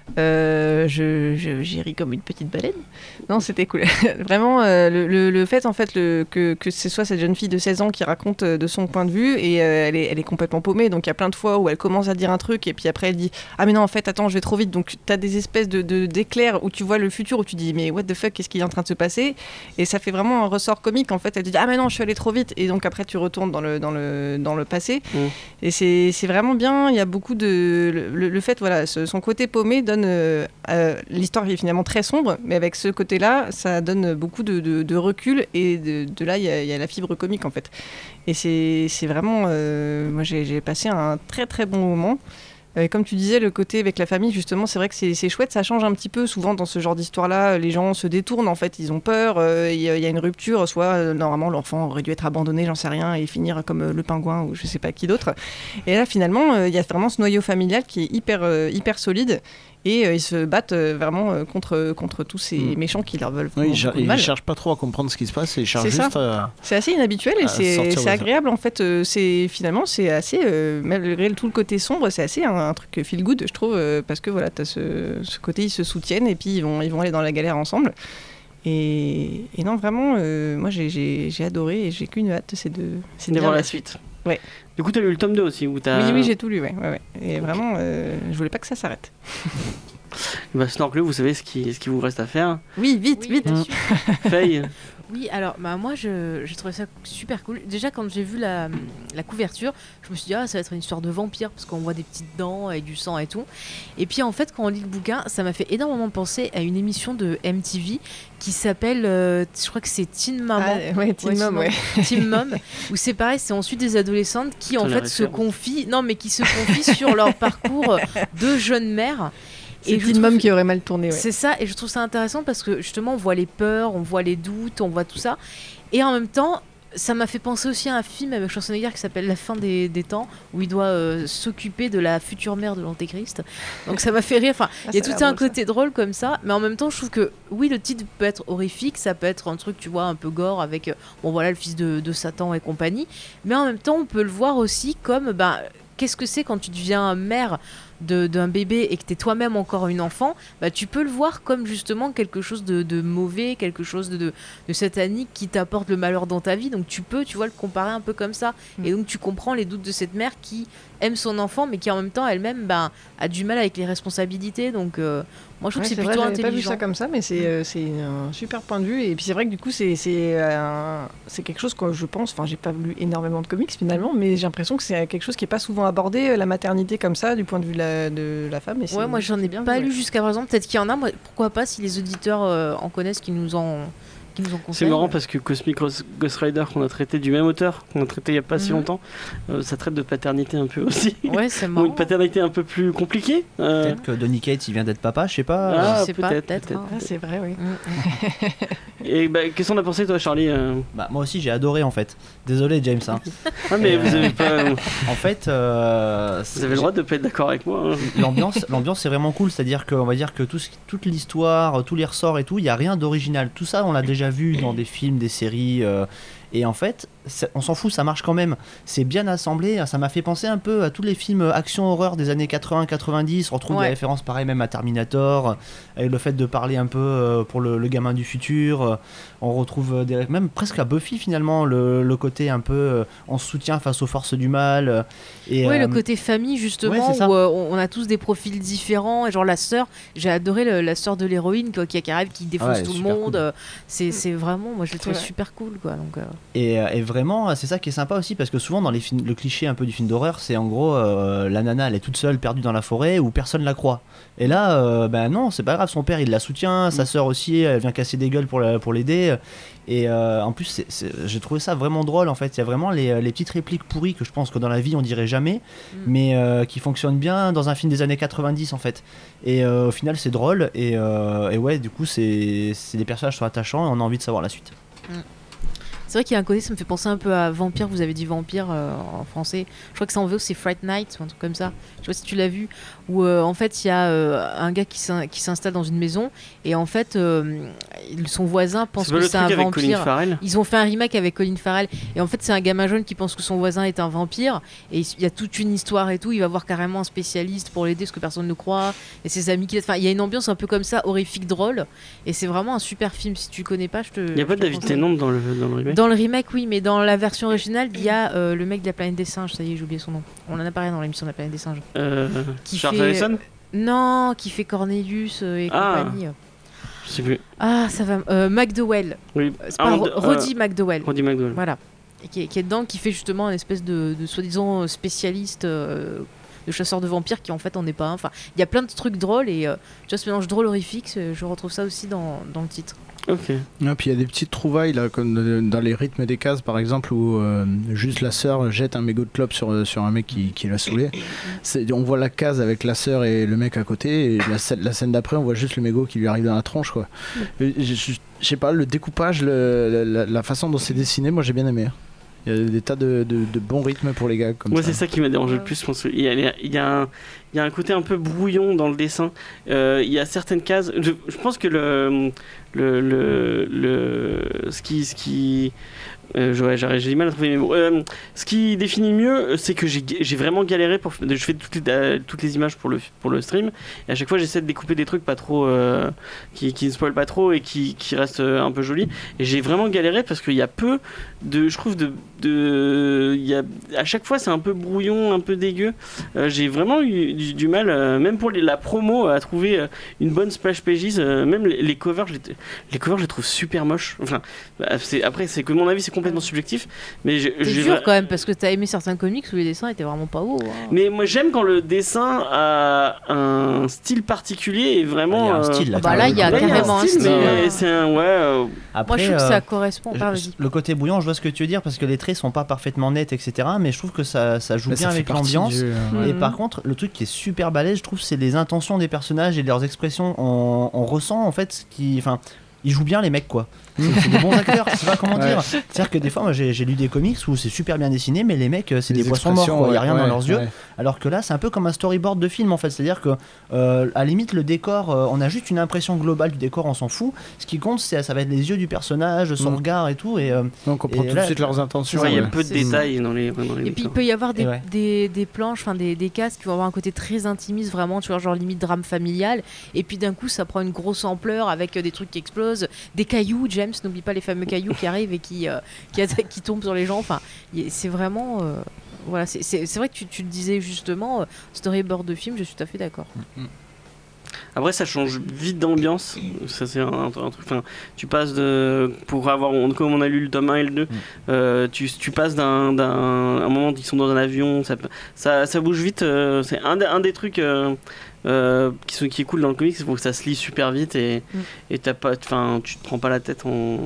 Euh, je, je- j'ai ri comme une petite baleine. Non, c'était cool. Vraiment, euh, le, le- le fait en fait le, que, que ce soit cette jeune fille de seize ans qui raconte euh, de son point de vue et euh, elle, est, elle est complètement paumée. Donc il y a plein de fois où elle commence à dire un truc et puis après elle dit ah mais non en fait attends je vais trop vite. Donc tu as des espèces de, de d'éclairs où tu vois le futur où tu dis mais what the fuck qu'est-ce qui est en train de se passer et ça fait vraiment un ressort comique en fait. Elle te dit ah mais non je suis allée trop vite et donc après tu retournes dans le dans le dans le passé Mm. et c'est c'est vraiment bien. Il y a beaucoup de le, le- le fait voilà ce- son côté paumé donne euh, euh, l'histoire est finalement très sombre mais avec ce côté là ça donne beaucoup de, de, de recul et de, de là il y, a, il y a la fibre comique en fait et c'est c'est vraiment euh, moi j'ai j'ai passé un très très bon moment. Euh, comme tu disais, le côté avec la famille, justement, c'est vrai que c'est c'est chouette, ça change un petit peu. Souvent, dans ce genre d'histoire-là, les gens se détournent, en fait, ils ont peur, euh, il y, a- il y a une rupture, soit euh, normalement l'enfant aurait dû être abandonné, j'en sais rien, et finir comme euh, le pingouin ou je sais pas qui d'autre. Et là, finalement, euh, il y a vraiment ce noyau familial qui est hyper, euh, hyper solide. Et euh, ils se battent euh, vraiment euh, contre, contre tous ces Mm. méchants qui leur veulent Oui, vraiment ils, cher- beaucoup de ils mal. cherchent pas trop à comprendre ce qui se passe, ils cherchent C'est ça. juste à... C'est assez inhabituel et à c'est sortir c'est au hasard. agréable en fait. euh, C'est finalement c'est assez euh, malgré tout le côté sombre, c'est assez un, un truc feel good je trouve euh, parce que voilà t'as ce, ce côté ils se soutiennent et puis ils vont ils vont aller dans la galère ensemble. Et, et non vraiment euh, moi j'ai- j'ai j'ai adoré et j'ai qu'une hâte c'est de c'est De de voir lire la suite. Ouais. Du coup, t'as lu le tome deux aussi où t'as. Oui oui j'ai tout lu ouais ouais, ouais. Et vraiment euh, je voulais pas que ça s'arrête. Bah, Snorkel, vous savez ce qui, ce qui vous reste à faire. Oui vite Oui, vite. bien sûr. Faye. Oui, alors bah, moi je- j'ai trouvé ça super cool. Déjà quand j'ai vu la, la couverture, je me suis dit ah ça va être une histoire de vampire parce qu'on voit des petites dents et du sang et tout. Et puis en fait quand on lit le bouquin, ça m'a fait énormément penser à une émission de M T V qui s'appelle, euh, je crois que c'est Teen Maman. Ah, ouais Teen Ouais, Mom sinon- ouais. Teen Mom, où c'est pareil, c'est ensuite des adolescentes qui en Putain, la fait se référence. confient, non mais qui se confient sur leur parcours de jeunes mères. C'est je Teen trouve- Mom qui aurait mal tourné ouais. C'est ça, et je trouve ça intéressant parce que justement on voit les peurs, on voit les doutes, on voit tout ça, et en même temps ça m'a fait penser aussi à un film avec Schwarzenegger qui s'appelle La fin des, des temps, où il doit euh, s'occuper de la future mère de l'Antéchrist. Donc ça m'a fait rire. Enfin, il ah, y a tout un côté ça. drôle comme ça, mais en même temps, je trouve que oui, le titre peut être horrifique, ça peut être un truc, tu vois, un peu gore avec, bon voilà, le fils de, de Satan et compagnie, mais en même temps, on peut le voir aussi comme, ben, qu'est-ce que c'est quand tu deviens mère de, d'un bébé et que tu es toi-même encore une enfant, bah, tu peux le voir comme justement quelque chose de, de mauvais, quelque chose de, de, de satanique qui t'apporte le malheur dans ta vie. Donc tu peux, tu vois, le comparer un peu comme ça. Mmh. Et donc tu comprends les doutes de cette mère qui aime son enfant, mais qui en même temps elle-même bah, a du mal avec les responsabilités. Donc euh, moi je trouve ouais, que c'est, c'est plutôt vrai, intelligent. J'avais pas vu ça comme ça, mais c'est, euh, c'est un super point de vue. Et puis c'est vrai que du coup c'est, c'est, euh, c'est quelque chose que je pense, enfin j'ai pas lu énormément de comics finalement, mais j'ai l'impression que c'est quelque chose qui est pas souvent abordé, la maternité comme ça, du point de vue de la, de la femme. Et ouais, moi j'en ai bien pas lu jusqu'à présent, peut-être qu'il y en a, moi, pourquoi pas si les auditeurs euh, en connaissent, qui nous en... C'est marrant parce que Cosmic Ghost Rider qu'on a traité du même auteur, qu'on a traité il n'y a pas mmh. si longtemps, euh, ça traite de paternité un peu aussi. Ouais, c'est marrant. Ou une paternité un peu plus compliquée. Euh... Peut-être que Donny Cates il vient d'être papa, je sais pas. Ah, je sais peut-être, pas, peut-être. peut-être. Ah, c'est vrai, oui. Mmh. Et bah, qu'est-ce qu'on a pensé toi, Charlie euh... Bah moi aussi j'ai adoré en fait. Désolé James. Hein. Ah mais vous avez pas. En fait. Euh, vous avez le droit de pas être d'accord avec moi. Hein. L'ambiance, l'ambiance c'est vraiment cool, c'est-à-dire qu'on va dire que tout, toute l'histoire, tous les ressorts et tout, il y a rien d'original. Tout ça on l'a déjà vu dans des films, des séries, euh, et en fait on s'en fout, ça marche quand même, c'est bien assemblé. Ça m'a fait penser un peu à tous les films action-horreur des années quatre-vingts quatre-vingt-dix. On retrouve ouais. des références pareilles même à Terminator, avec le fait de parler un peu euh, pour le, le gamin du futur. On retrouve des, même presque à Buffy finalement, le, le côté un peu euh, on se soutient face aux forces du mal. Et, ouais, euh, le côté famille justement, ouais, où euh, on a tous des profils différents. Et genre la sœur, j'ai adoré le, la sœur de l'héroïne quoi, qui arrive, qui défonce ouais, tout le monde. Cool. C'est, c'est vraiment, moi je l'ai trouvé ouais. super cool quoi. Donc, euh... et, et vraiment, c'est ça qui est sympa aussi, parce que souvent dans les films, le cliché un peu du film d'horreur, c'est en gros euh, la nana elle est toute seule perdue dans la forêt où personne la croit. Et là, euh, ben non, c'est pas grave, son père il la soutient, sa sœur aussi, elle vient casser des gueules pour, la, pour l'aider. Et euh, en plus, c'est, c'est, j'ai trouvé ça vraiment drôle en fait. Il y a vraiment les, les petites répliques pourries que je pense que dans la vie on dirait jamais, mm. mais euh, qui fonctionnent bien dans un film des années quatre-vingt-dix en fait. Et euh, au final, c'est drôle. Et, euh, et ouais, du coup, c'est, c'est des personnages qui sont attachants et on a envie de savoir la suite. Mm. C'est vrai qu'il y a un côté, ça me fait penser un peu à Vampire, vous avez dit Vampire euh, en français. Je crois que c'est en V O, c'est Fright Night ou un truc comme ça. Je sais pas si tu l'as vu. Où euh, en fait, il y a euh, un gars qui, s'in- qui s'installe dans une maison et en fait, euh, son voisin pense c'est que c'est un vampire. Colin Ils ont fait un remake avec Colin Farrell et en fait, c'est un gamin jeune qui pense que son voisin est un vampire et il y a toute une histoire et tout. Il va voir carrément un spécialiste pour l'aider parce que personne ne croit et ses amis qui l'aident. Enfin, il y a une ambiance un peu comme ça, horrifique, drôle et c'est vraiment un super film. Si tu connais pas, je te. Il y a pas de David Tennant dans le dans le remake. Dans le remake, oui, mais dans la version originale, il y a euh, le mec de la planète des singes. Ça y est, j'ai oublié son nom. On en a parlé dans l'émission de la planète des singes. Euh, qui Charles fait... Harrison Non, qui fait Cornelius euh, et ah, compagnie. Je sais plus. Ah, ça va. Euh, McDowell. Oui. C'est pas ah, Ro- Roddy euh, McDowell. Roddy McDowell. Voilà. Et qui est, qui est dedans, qui fait justement une espèce de, de soi-disant spécialiste euh, de chasseur de vampires qui en fait en est pas un. Enfin, il y a plein de trucs drôles et euh, tu vois ce mélange drôle horrifique, je retrouve ça aussi dans, dans le titre. Ok. Et puis il y a des petites trouvailles là, comme dans les rythmes des cases par exemple, où euh, juste la sœur jette un mégot de clope sur, sur un mec qui, qui l'a saoulé. C'est, on voit la case avec la sœur et le mec à côté, et la, la scène d'après on voit juste le mégot qui lui arrive dans la tronche quoi. Je, je, je sais pas, le découpage, le, la, la façon dont c'est dessiné, moi j'ai bien aimé. Il y a des tas de, de, de bons rythmes pour les gars comme moi ça. c'est ça qui m'a dérangé le plus. Je pense qu'il y a, il y a un il y a un côté un peu brouillon dans le dessin. Euh, il y a certaines cases. Je, je pense que le le le, le ce qui ce qui Euh, j'ai, j'ai du mal à trouver mes mots. Euh, ce qui définit mieux, c'est que j'ai, j'ai vraiment galéré pour. Je fais toutes les, euh, toutes les images pour le, pour le stream, et à chaque fois j'essaie de découper des trucs pas trop. Euh, qui, qui ne spoilent pas trop et qui, qui restent un peu jolis. Et j'ai vraiment galéré parce qu'il y a peu de. Je trouve de. de y a, à chaque fois c'est un peu brouillon, un peu dégueu. Euh, j'ai vraiment eu du, du mal, euh, même pour les, la promo, à trouver euh, une bonne splash pages. Euh, même les, les covers, je les, les covers, je les trouve super moches. Enfin, c'est, après, c'est que mon avis, c'est complètement subjectif, mais j'ai, c'est j'ai dur vra... quand même parce que t'as aimé certains comics où les dessins étaient vraiment pas beaux. Hein. Mais moi j'aime quand le dessin a un style particulier et vraiment. Il y a un style là. Euh... Bah là il y a là, carrément un style. style mais c'est un ouais. Euh... Après, moi je trouve euh, que ça correspond. je, ah, le côté brouillon, je vois ce que tu veux dire parce que les traits sont pas parfaitement nets, et cetera. Mais je trouve que ça, ça joue mais bien ça avec l'ambiance. Du... Et mmh. par contre, le truc qui est super balèze, je trouve, c'est les intentions des personnages et leurs expressions. On, on ressent en fait ce qui, enfin. ils jouent bien les mecs quoi. C'est, c'est des bons acteurs, je sais pas comment dire. Ouais. C'est-à-dire que des fois, moi j'ai, j'ai lu des comics où c'est super bien dessiné, mais les mecs, c'est les des poissons morts, il ouais, n'y a rien ouais, dans leurs ouais. yeux. Alors que là, c'est un peu comme un storyboard de film en fait. C'est-à-dire que, euh, à la limite, le décor, euh, on a juste une impression globale du décor, on s'en fout. Ce qui compte, c'est, ça va être les yeux du personnage, son mmh. regard et tout. Et, euh, donc on comprend tout de suite leurs intentions. Il ouais, ouais. y a peu de détails dans les, dans les Et puis il peut y avoir des, ouais. des, des planches, enfin des, des casques qui vont avoir un côté très intimiste, vraiment, tu vois, genre limite drame familial. Et puis d'un coup, ça prend une grosse ampleur avec des trucs qui explosent, des cailloux. James, n'oublie pas les fameux cailloux qui arrivent et qui, euh, qui, atta- qui tombent sur les gens. Enfin, c'est vraiment. Euh, voilà, c'est, c'est, c'est vrai que tu, tu le disais justement, euh, storyboard de film, je suis tout à fait d'accord. Mm-hmm. Après, ça change vite d'ambiance. Ça, c'est un, un truc. Enfin, tu passes de. Pour avoir. Comme on a lu le tome un et le deux, mm. euh, tu, tu passes d'un, d'un. Un moment où ils sont dans un avion, ça, ça, ça bouge vite. Euh, c'est un, un des trucs. Euh, Euh, qui, qui est cool dans le comics, c'est que ça se lit super vite et, mm. et t'as pas, tu te prends pas la tête en,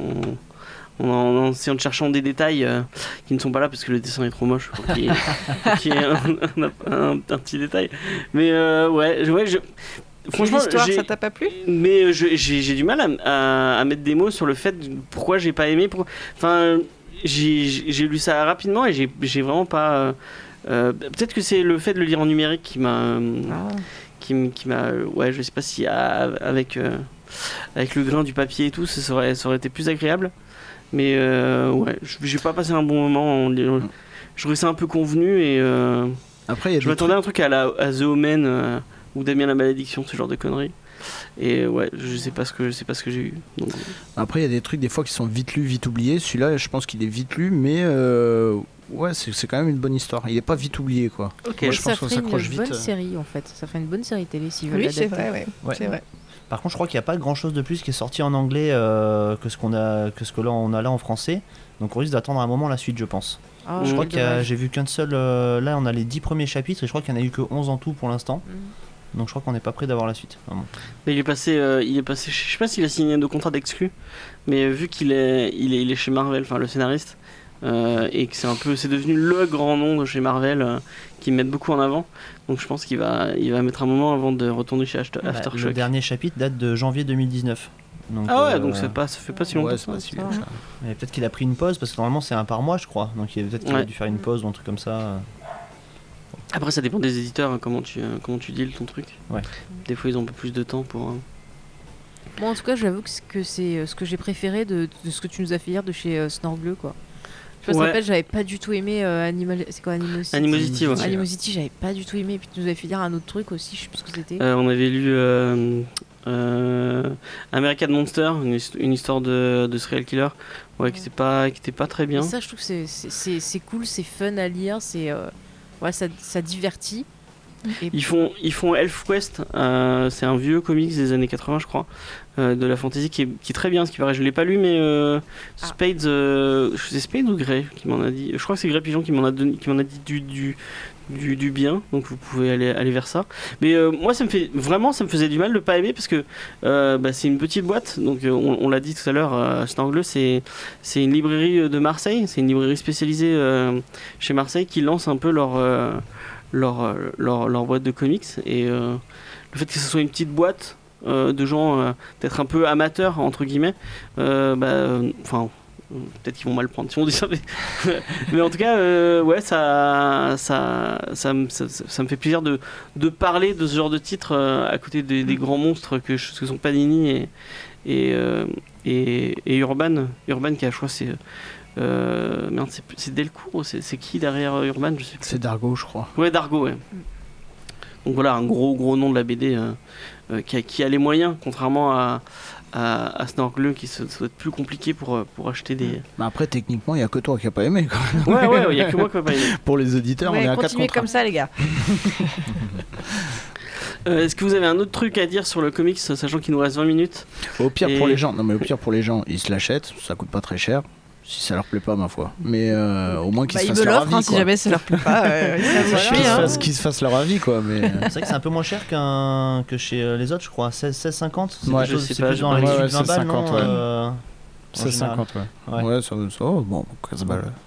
en, en, en essayant de chercher des détails euh, qui ne sont pas là parce que le dessin est trop moche pour qu'il y ait, qu'il y ait un, un, un, un petit détail. Mais euh, ouais, ouais je, franchement, l'histoire, ça t'a pas plu ? Mais je, j'ai, j'ai du mal à, à, à mettre des mots sur le fait de pourquoi j'ai pas aimé. Pour, enfin, j'ai, j'ai lu ça rapidement et j'ai, j'ai vraiment pas. Euh, peut-être que c'est le fait de le lire en numérique qui m'a. Ah. Qui, qui m'a ouais je sais pas si euh, avec euh, avec le grain du papier et tout ça aurait, ça aurait été plus agréable mais euh, ouais j'ai pas passé un bon moment en, je trouvais ça un peu convenu et euh, après y a je m'attendais trucs... à un truc à, la, à The Omen euh, ou Damien la malédiction, ce genre de conneries et ouais je sais pas ce que je sais pas ce que j'ai eu donc... Après il y a des trucs des fois qui sont vite lus vite oubliés, celui-là je pense qu'il est vite lu mais euh... ouais, c'est, c'est quand même une bonne histoire. Il est pas vite oublié, quoi. Ok. Moi, je ça pense qu'on s'accroche vite. Ça ferait une bonne série, en fait. Ça ferait une bonne série télé, si vous oui, voulez. c'est vrai, ouais. ouais. C'est vrai. Par contre, je crois qu'il n'y a pas grand-chose de plus qui est sorti en anglais euh, que ce qu'on a, que ce que là on a là en français. Donc, on risque d'attendre un moment la suite, je pense. Oh, je crois qu'il y a, j'ai vu qu'un seul. Euh, là, on a les dix premiers chapitres et je crois qu'il n'y en a eu que onze en tout pour l'instant. Mm. Donc, je crois qu'on n'est pas prêt d'avoir la suite. Vraiment. Mais il est passé, euh, il est passé. Je sais pas s'il a signé de contrat d'exclus, mais vu qu'il est, il est, il est chez Marvel, enfin le scénariste. Euh, et que c'est un peu, c'est devenu le grand nom de chez Marvel euh, qui mettent beaucoup en avant. Donc je pense qu'il va, il va mettre un moment avant de retourner chez After, bah, Aftershock. Le dernier chapitre date de janvier deux mille dix-neuf. Donc, ah ouais, euh, donc c'est pas, ça fait pas si longtemps. Ouais, c'est pas si longtemps. Mais peut-être qu'il a pris une pause parce que normalement c'est un par mois, je crois. Donc il, peut-être qu'il ouais. a dû faire une pause ou un truc comme ça. Après, ça dépend des éditeurs, hein, comment tu, euh, comment tu deals ton truc. Ouais. Des fois, ils ont un peu plus de temps pour. Euh... Bon, en tout cas, j'avoue que c'est ce que j'ai préféré de, de ce que tu nous as fait hier de chez euh, Snorgle, quoi. Je me ouais. rappelle, j'avais pas du tout aimé euh, Animal... C'est quoi Animosity Animosity, ouais. Animosity, j'avais pas du tout aimé. Et puis tu nous avais fait lire un autre truc aussi, je sais plus ce que c'était. Euh, on avait lu euh, euh, American Monster, une, une histoire de, de serial killer, ouais, ouais. qui était pas, qui était pas très bien. Et ça, je trouve que c'est, c'est, c'est, c'est cool, c'est fun à lire, c'est, euh, ouais, ça, ça divertit. Et ils font, ils font ElfQuest, euh, c'est un vieux comics des années quatre-vingts, je crois, euh, de la fantasy qui est, qui est très bien, ce qui paraît. Je l'ai pas lu, mais euh, ah. Spades, euh, c'est Spades ou Grey qui m'en a dit. Je crois que c'est Grey Pigeon qui m'en a donné, qui m'en a dit du, du, du, du bien. Donc vous pouvez aller, aller vers ça. Mais euh, moi, ça me fait vraiment, ça me faisait du mal de pas aimer parce que euh, bah, c'est une petite boîte. Donc euh, on, on l'a dit tout à l'heure, euh, Snorgle, c'est, c'est une librairie de Marseille, c'est une librairie spécialisée euh, chez Marseille qui lance un peu leur euh, Leur, leur, leur boîte de comics et euh, le fait que ce soit une petite boîte euh, de gens euh, peut-être un peu amateurs entre guillemets euh, bah, enfin euh, peut-être qu'ils vont mal prendre si on dit ça mais, mais en tout cas euh, ouais ça ça, ça, ça, ça ça me fait plaisir de, de parler de ce genre de titre euh, à côté des, des grands monstres que, que sont Panini et, et, euh, et, et Urban Urban qui a choisi Euh, merde, c'est, c'est Delcourt, c'est, c'est qui derrière Urban, je sais plus. C'est Dargo, je crois. Ouais, Dargo, ouais. Mm. Donc voilà, un gros gros nom de la B D euh, euh, qui, a, qui a les moyens, contrairement à, à, à Snorgle, qui se, ça doit être plus compliqué pour, pour acheter des. Mais après, techniquement, il n'y a que toi qui n'as pas aimé. Quand même. Ouais, ouais, il n'y a que moi qui n'ai pas aimé. Pour les auditeurs, ouais, on est à quatre continuez comme ça, les gars. Euh, est-ce que vous avez un autre truc à dire sur le comics, sachant qu'il nous reste vingt minutes? Au pire, et... pour les gens, non mais au pire pour les gens, ils se l'achètent, ça coûte pas très cher. Si ça leur plaît pas, ma foi. Mais euh, au moins qu'ils bah, se fassent leur avis. Hein, si jamais ça leur plaît pas, euh, qu'ils, hein. fassent, qu'ils se fassent leur avis, quoi. Mais... C'est vrai que c'est un peu moins cher qu'un... que chez les autres, je crois. seize cinquante c'est, ouais, chose, c'est plus dans les vingt balles, non ouais. euh, seize cinquante, ouais. Ouais, ouais ça, ça oh, bon, quinze balles.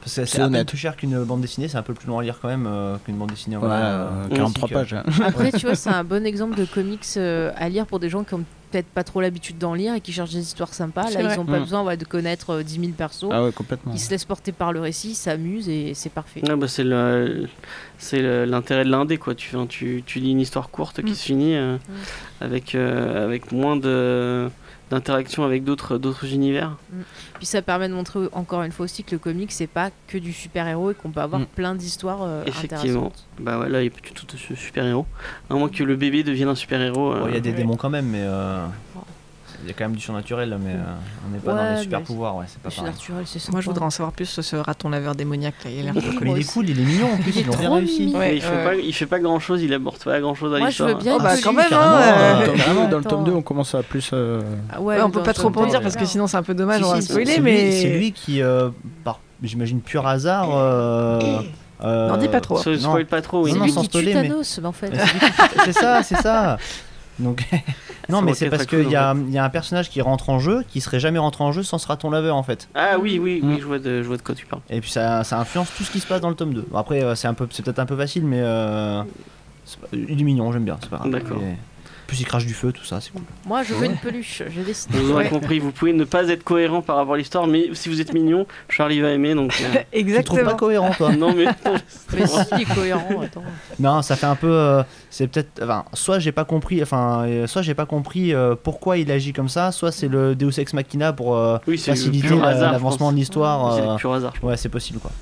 Parce que c'est, C'est à peine honnête. plus cher qu'une bande dessinée, c'est un peu plus long à lire quand même euh, qu'une bande dessinée en Ouais, vrai, euh, euh, quarante-trois classique. pages. hein. Après, tu vois, c'est un bon exemple de comics euh, à lire pour des gens qui ont peut-être pas trop l'habitude d'en lire et qui cherchent des histoires sympas. C'est Là, vrai. ils ont pas Mm. besoin ouais, de connaître euh, dix mille persos. Ah ouais, complètement. Ils se laissent porter par le récit, ils s'amusent et c'est parfait. Ouais, bah, c'est le, c'est le- l'intérêt de l'indé, quoi. Tu, enfin, tu, tu lis une histoire courte qui Mm. se finit euh, avec, euh, avec moins de, d'interaction avec d'autres, d'autres univers. Puis ça permet de montrer encore une fois aussi que le comic c'est pas que du super-héros et qu'on peut avoir Mm. plein d'histoires euh, Effectivement. intéressantes. Bah ouais, là, il n'y a plus du tout de ce super-héros. À moins que le bébé devienne un super-héros. euh, Bon, il y a des Ouais. démons quand même, mais euh, il y a quand même du surnaturel là, mais euh, on n'est pas Ouais, dans les mais super pouvoirs, ouais, c'est pas C'est pareil. naturel, c'est sympa. Moi, je voudrais en savoir plus sur ce raton laveur démoniaque. Là. Il a l'air trop Oui, Mais moi il est aussi. cool, il est mignon en plus, Il est ils l'ont bien trop réussi. mignon. mais Ouais, il, fait ouais. pas, il fait pas grand chose, il apporte pas grand chose à Moi, je l'histoire. veux bien Oh, bah, que quand lui- même, carrément, hein, euh, Dans le tome carrément. deux, dans le tome Attends. deux, on commence à plus. euh, Ah Ouais, on peut dans pas le trop tome en deux, dire ouais. parce que sinon c'est un peu dommage, Si, on va si, spoiler, c'est mais. lui, c'est lui qui, euh, par, j'imagine, pur hasard. Euh, euh, N'en dis pas trop. Se Non. spoil pas trop, oui. C'est Non, lui sans qui tue spoiler, mais- Thanos, mais en fait. Mais c'est lui qui- c'est ça, c'est ça. Donc, non, mais aurait c'est été parce très qu'il cool, y, a- en il y a un personnage qui rentre en jeu qui serait jamais rentré en jeu sans ce raton laveur en fait. Ah oui, oui, oui, Mm. je vois, de, je vois de quoi tu parles. Et puis ça, ça influence tout ce qui se passe dans le tome deux. Bon, après, euh, c'est, un peu, c'est peut-être un peu facile, mais euh, c'est pas- il est mignon, j'aime bien. C'est pas grave. D'accord. Et- plus il crache du feu, tout ça, c'est cool. Moi, je veux une peluche, j'ai décidé. Vous aurez Ouais. compris, vous pouvez ne pas être cohérent par rapport à l'histoire, mais si vous êtes mignon, Charlie va aimer, donc... euh, Tu le trouves Exactement. pas cohérent, toi? non, mais... Mais si, il est cohérent, attends. Non, ça fait un peu. euh, c'est peut-être. Enfin, soit j'ai pas compris. Enfin, euh, soit j'ai pas compris euh, pourquoi il agit comme ça. Soit c'est le Deus Ex Machina pour euh, Oui, c'est le faciliter pur la- hasard, je l'avancement pense. de l'histoire. C'est euh, le pur hasard. Ouais, c'est possible quoi.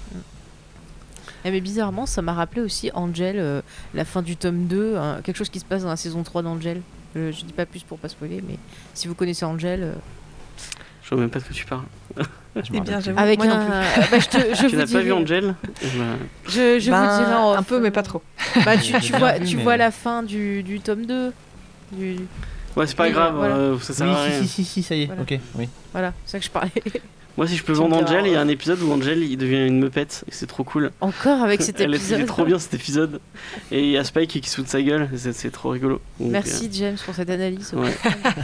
Eh, mais bizarrement, ça m'a rappelé aussi Angel, euh, la fin du tome deux, hein, quelque chose qui se passe dans la saison trois d'Angel. Je, je dis pas plus pour pas spoiler, mais si vous connaissez Angel, euh, Je vois même pas de quoi tu parles. Je me Eh bien, rappelle j'avoue, avec moi non un. plus. Bah, je te, je Tu vous n'as pas dirai- vu Angel Eh ben, Je, je Ben, vous dirai en un off. peu, mais pas trop. Bah, tu, tu J'ai bien vois, vu, tu mais- vois la fin du, du tome deux. Du... Ouais, c'est pas Oui, grave, voilà. euh, ça sert Oui, à rien. si, si, si, si, ça y est. Voilà. Ok, oui. Voilà, c'est ça que je parlais. Moi, si je peux Tu vendre me diras, Angel, il y a ouais. un épisode où Angel il devient une meupette, et c'est trop cool. Encore avec cet Elle est- épisode. Il est trop bien cet épisode. Et il y a Spike qui se fout de sa gueule, et c'est c'est trop rigolo. Donc, Merci James pour cette analyse. euh, ouais.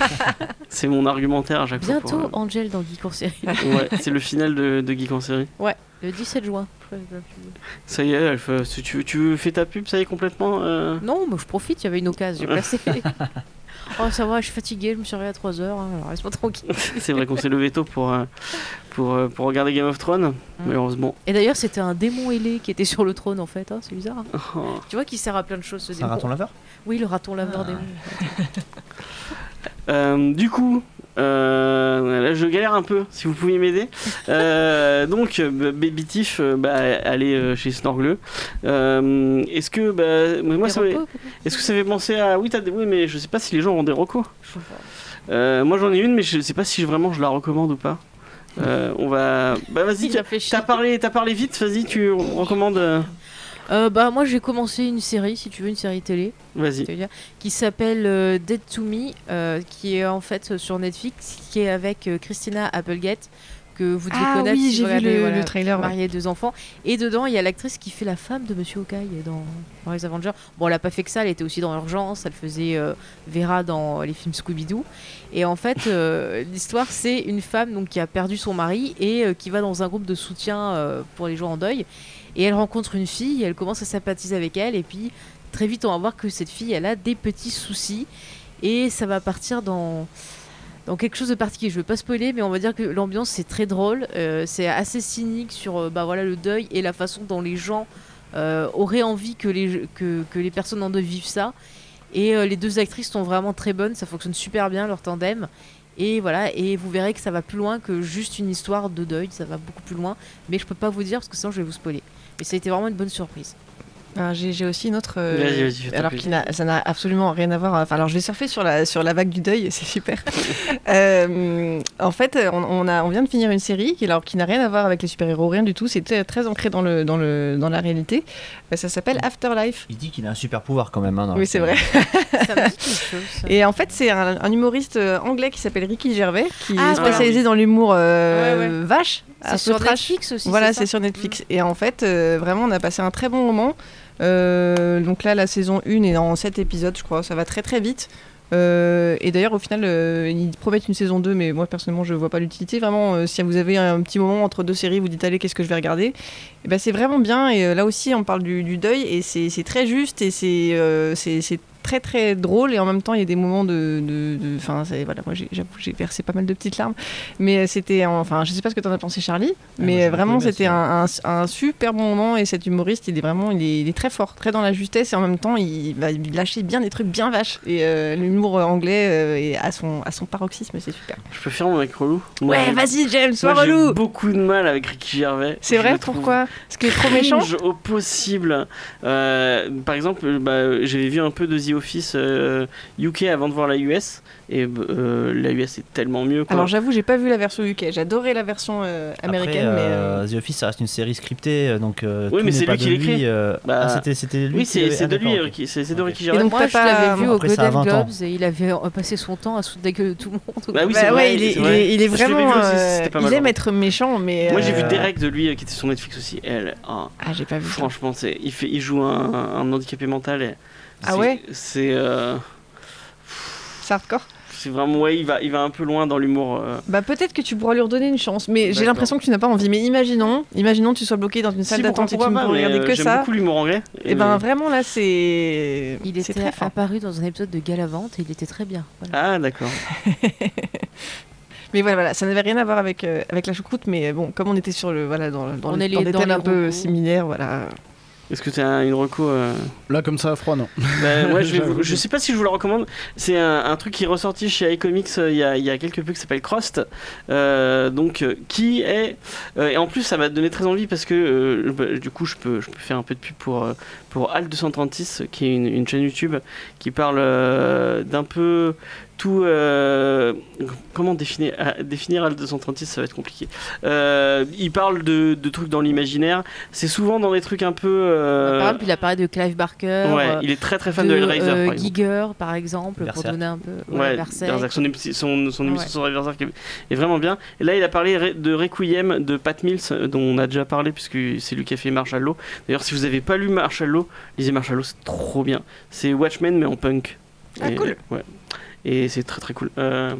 C'est mon argumentaire à chaque Bientôt fois. pour, Angel dans Geek en série. euh, Ouais, c'est le final de, de Geek en série. Le dix-sept juin. Ça y est, elle fait, si tu, veux, tu veux fais ta pub, ça y est complètement. euh, Non, mais je profite, il y avait une occasion, j'ai placé. Oh, ça va, je suis fatiguée, je me suis réveillée à trois heures, hein, alors laisse-moi tranquille. C'est vrai qu'on s'est levé tôt pour, euh, pour, euh, pour regarder Game of Thrones, malheureusement. Et d'ailleurs, c'était un démon ailé qui était sur le trône en fait, hein, c'est bizarre. hein. Oh. Tu vois qu'il sert à plein de choses ce C'est un démon. raton laveur? Oui, le raton laveur Ah. démon. Euh, du coup, euh, là je galère un peu, si vous pouviez m'aider. Euh, donc, euh, Baby Tiff, euh, bah, allez euh, chez Snorgleux. Euh, est-ce que, bah, moi, Des ça, repos, m'avait- peut-être est-ce que ça fait penser à, oui, t'as des, oui, mais je sais pas si les gens ont des recos. Je sais pas. Euh, moi j'en ai une, mais je sais pas si vraiment je la recommande ou pas. Euh, on va, bah vas-y, Il t'as réfléchit. t'as parlé, t'as parlé vite, vas-y, tu recommandes. euh, Euh, bah moi j'ai commencé une série, si tu veux, une série télé, Vas-y. je veux dire, qui s'appelle euh, Dead to Me, euh, qui est en fait sur Netflix, qui est avec euh, Christina Applegate, que vous devez Ah connaître oui, si j'ai vous vu regardez, le, voilà, le trailer. ouais. mariée, deux enfants. Et dedans, il y a l'actrice qui fait la femme de Monsieur Hawkeye dans, dans les Avengers. Bon, elle a pas fait que ça, elle était aussi dans Urgence, elle faisait euh, Vera dans les films Scooby-Doo. Et en fait, euh, l'histoire, c'est une femme donc, qui a perdu son mari et euh, qui va dans un groupe de soutien euh, pour les gens en deuil. Et elle rencontre une fille, elle commence à sympathiser avec elle. Et puis, très vite, on va voir que cette fille, elle a des petits soucis. Et ça va partir dans... dans quelque chose de particulier. Je ne veux pas spoiler, mais on va dire que l'ambiance c'est très drôle, euh, c'est assez cynique sur euh, bah, voilà, le deuil et la façon dont les gens euh, auraient envie que les, que, que les personnes en deuil vivent ça. Et euh, les deux actrices sont vraiment très bonnes, ça fonctionne super bien leur tandem. Et voilà, et vous verrez que ça va plus loin que juste une histoire de deuil, ça va beaucoup plus loin. Mais je peux pas vous dire parce que sinon je vais vous spoiler. Mais ça a été vraiment une bonne surprise. Alors, J'ai j'ai aussi une autre. euh, Vas-y, vas-y, fais ta alors pub. qui n'a, ça n'a absolument rien à voir. Enfin, alors je vais surfer sur la sur la vague du deuil, c'est super. Euh, en fait, on, on a on vient de finir une série qui alors qui n'a rien à voir avec les super héros, rien du tout. C'est très, très ancré dans le dans le dans la réalité. Euh, Ça s'appelle Afterlife. Il dit qu'il a un super pouvoir quand même. Hein, dans Oui, la c'est série. vrai. Ça me dit quelque chose. ça. Et en fait, c'est un, un humoriste euh, anglais qui s'appelle Ricky Gervais, qui Ah, est voilà. spécialisé dans l'humour euh, Ouais, ouais. vache, C'est un peu sur trash. Netflix aussi. Voilà, c'est c'est ça sur Netflix. Et en fait, euh, vraiment, on a passé un très bon moment. Euh, donc là, la saison un est en sept épisodes, je crois. Ça va très très vite. Euh, et d'ailleurs, au final, euh, ils promettent une saison deux, mais moi personnellement, je vois pas l'utilité. Vraiment, euh, si vous avez un petit moment entre deux séries, vous dites allez, qu'est-ce que je vais regarder, et ben, c'est vraiment bien. Et euh, là aussi, on parle du, du deuil, et c'est, c'est très juste, et c'est, euh, c'est, c'est très très drôle, et en même temps, il y a des moments de. Enfin, voilà, moi j'ai, j'avoue, j'ai versé pas mal de petites larmes, mais c'était. Enfin, je sais pas ce que t'en as pensé, Charlie, ah, mais vraiment, c'était un, un, un super bon moment, et cet humoriste, il est vraiment. Il est, il est très fort, très dans la justesse, et en même temps, il va lâcher bien des trucs bien vaches. Et euh, l'humour anglais euh, est à son, à son paroxysme, c'est super. Je peux faire mon mec relou? Ouais, moi, vas-y, James, sois moi, relou. J'ai beaucoup de mal avec Ricky Gervais. C'est je vrai, pourquoi? Parce qu'il est trop méchant au possible. Euh, par exemple, bah, j'avais vu un peu de The Office euh, U K avant de voir la U S, et euh, la U S est tellement mieux, quoi. Alors j'avoue, j'ai pas vu la version U K, j'adorais la version euh, américaine. Après, mais euh, The Office, ça reste une série scriptée, donc euh, oui, tout mais n'est c'est pas lui qui de l'écrit. Euh... Bah... Ah, c'était, c'était lui oui, qui c'est, c'est ah, de lui, okay. Ricky, c'est, c'est de Ricky okay. Gervais. Moi, je l'avais vu au Golden Globes, et il avait passé son temps à se dégueuler tout le monde. Bah oui, bah c'est ouais, vrai, il est, c'est il vrai. est, il est vraiment. Aussi, euh, il mal, aime être méchant, mais. Moi, j'ai euh... vu Derek de lui qui était sur Netflix aussi. Elle, oh, ah, j'ai pas vu. Franchement, c'est, il fait, il joue un, un handicapé mental. Et ah ouais. C'est. Euh... C'est hardcore. C'est vraiment, ouais, il va, il va un peu loin dans l'humour. Euh... Bah peut-être que tu pourras lui redonner une chance, mais D'accord. j'ai l'impression que tu n'as pas envie. Mais imaginons, imaginons que tu sois bloqué dans une salle si, d'attente et tu ne peux regarder que j'aime ça. J'aime beaucoup l'humour anglais. Et, et ben vraiment là, c'est. Il c'est était apparu dans un épisode de Galavante et il était très bien. Voilà. Ah d'accord. Mais voilà, voilà, ça n'avait rien à voir avec, euh, avec la choucroute, mais bon, comme on était sur le, voilà, dans, dans, on les, est dans des dans thèmes les un peu recos. similaires, voilà. Est-ce que tu as une reco euh... Là, comme ça, à froid, non. Bah, ouais, je, vais vous... je sais pas si je vous le recommande. C'est un, un truc qui est ressorti chez iComics il euh, y, a, y a quelques peu qui s'appelle Crossed. Euh, donc, euh, qui est. Euh, et en plus, ça m'a donné très envie parce que euh, bah, du coup, je peux, je peux faire un peu de pub pour, euh, pour Alt deux cent trente-six, qui est une, une chaîne YouTube qui parle euh, d'un peu. Tout, euh, comment définir, définir Alt deux cent trente-six, ça va être compliqué. Euh, il parle de, de trucs dans l'imaginaire. C'est souvent dans des trucs un peu. Euh... Par exemple, il a parlé de Clive Barker. Ouais, il est très très fan de, de Hellraiser. Euh, par Giger, par exemple, Berserk. pour donner un peu. Ouais, ouais Berserk. Son, son, son émission ouais. sur Berserk est, est vraiment bien. Et là, il a parlé de Requiem de Pat Mills, dont on a déjà parlé, puisque c'est lui qui a fait Marshall Law. D'ailleurs, si vous n'avez pas lu Marshall Law, lisez Marshall Law, c'est trop bien. C'est Watchmen, mais en punk. Ah, et, cool. Ouais. Et c'est très très cool. Euh,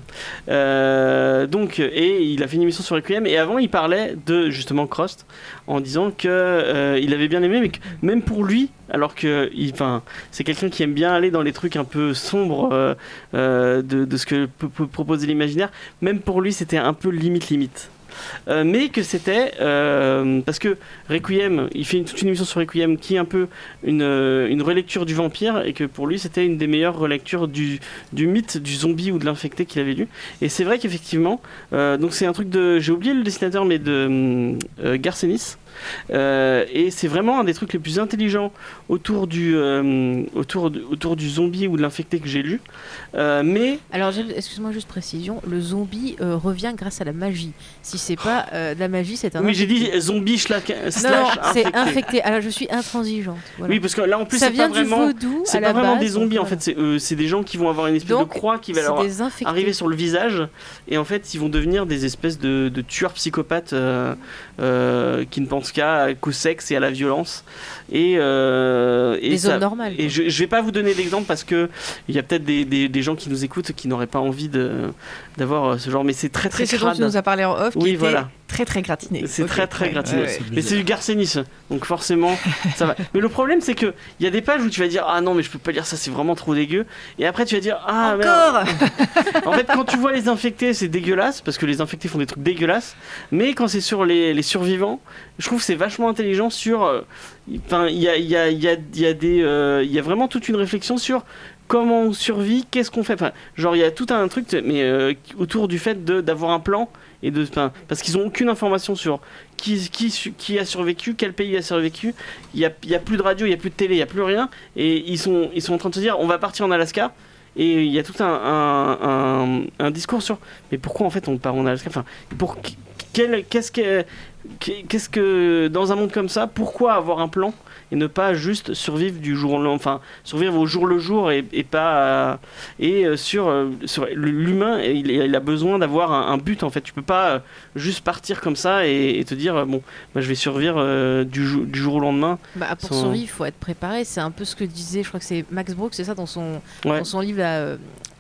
euh, donc, et il a fait une émission sur Requiem. Et avant, il parlait de justement Crossed en disant que euh, il avait bien aimé, mais que même pour lui, alors que, enfin, c'est quelqu'un qui aime bien aller dans les trucs un peu sombres euh, euh, de, de ce que peut, peut proposer l'imaginaire. Même pour lui, c'était un peu limite limite. Euh, mais que c'était euh, parce que Requiem, il fait une, toute une émission sur Requiem qui est un peu une, une relecture du vampire, et que pour lui c'était une des meilleures relectures du, du mythe du zombie ou de l'infecté qu'il avait lu. Et c'est vrai qu'effectivement, euh, donc c'est un truc de, j'ai oublié le dessinateur, mais de euh, Garcenis. Euh, et c'est vraiment un des trucs les plus intelligents autour du, euh, autour, de, autour du zombie ou de l'infecté que j'ai lu. Euh, mais alors, excuse-moi, juste précision, le zombie euh, revient grâce à la magie. Si c'est pas euh, de la magie, c'est un. Oui, infecté. j'ai dit zombie slash, slash non, non, infecté. c'est infecté. Alors je suis intransigeante. Voilà. Oui, parce que là en plus ça c'est vient pas du vraiment, vaudou c'est à pas la vraiment base, des zombies donc, en fait. C'est, euh, c'est des gens qui vont avoir une espèce donc, de croix qui va leur arriver sur le visage, et en fait ils vont devenir des espèces de, de tueurs psychopathes euh, euh, qui ne pensent qu'à qu'au sexe et à la violence. Et, euh, et des ça, hommes normales. Et je, je vais pas vous donner d'exemple parce que il y a peut-être des, des, des gens qui nous écoutent qui n'auraient pas envie de d'avoir ce genre, mais c'est très très c'est crade. ce dont tu nous as parlé en off, qui oui, était voilà. très très gratiné. C'est okay. très très gratiné. Ouais, ouais. Mais c'est du Garcenis, donc forcément ça va. Mais le problème c'est que il y a des pages où tu vas dire ah non mais je peux pas lire ça, c'est vraiment trop dégueu. Et après tu vas dire ah encore. En fait quand tu vois les infectés c'est dégueulasse parce que les infectés font des trucs dégueulasses. Mais quand c'est sur les, les survivants, je trouve que c'est vachement intelligent sur. Enfin il y a il y a il y a il y a des euh, il y a vraiment toute une réflexion sur comment on survit, qu'est-ce qu'on fait. Enfin genre il y a tout un truc mais euh, autour du fait de d'avoir un plan. Et de, enfin, parce qu'ils n'ont aucune information sur qui, qui, qui a survécu, quel pays a survécu. Il n'y a, y a plus de radio, il n'y a plus de télé, il n'y a plus rien. Et ils sont, ils sont en train de se dire on va partir en Alaska. Et il y a tout un, un, un, un discours sur mais pourquoi en fait on part en Alaska, enfin, pour, quel, qu'est-ce, que, qu'est-ce que dans un monde comme ça, pourquoi avoir un plan et ne pas juste survivre du jour, enfin survivre au jour le jour et, et pas euh, et euh, sur, euh, sur l'humain il, il a besoin d'avoir un, un but en fait. Tu peux pas euh, juste partir comme ça et, et te dire bon bah, je vais survivre euh, du, jou- du jour au lendemain. Bah, pour sans... survivre il faut être préparé, c'est un peu ce que disait je crois que c'est Max Brooks, c'est ça dans son, ouais. dans son livre là, euh,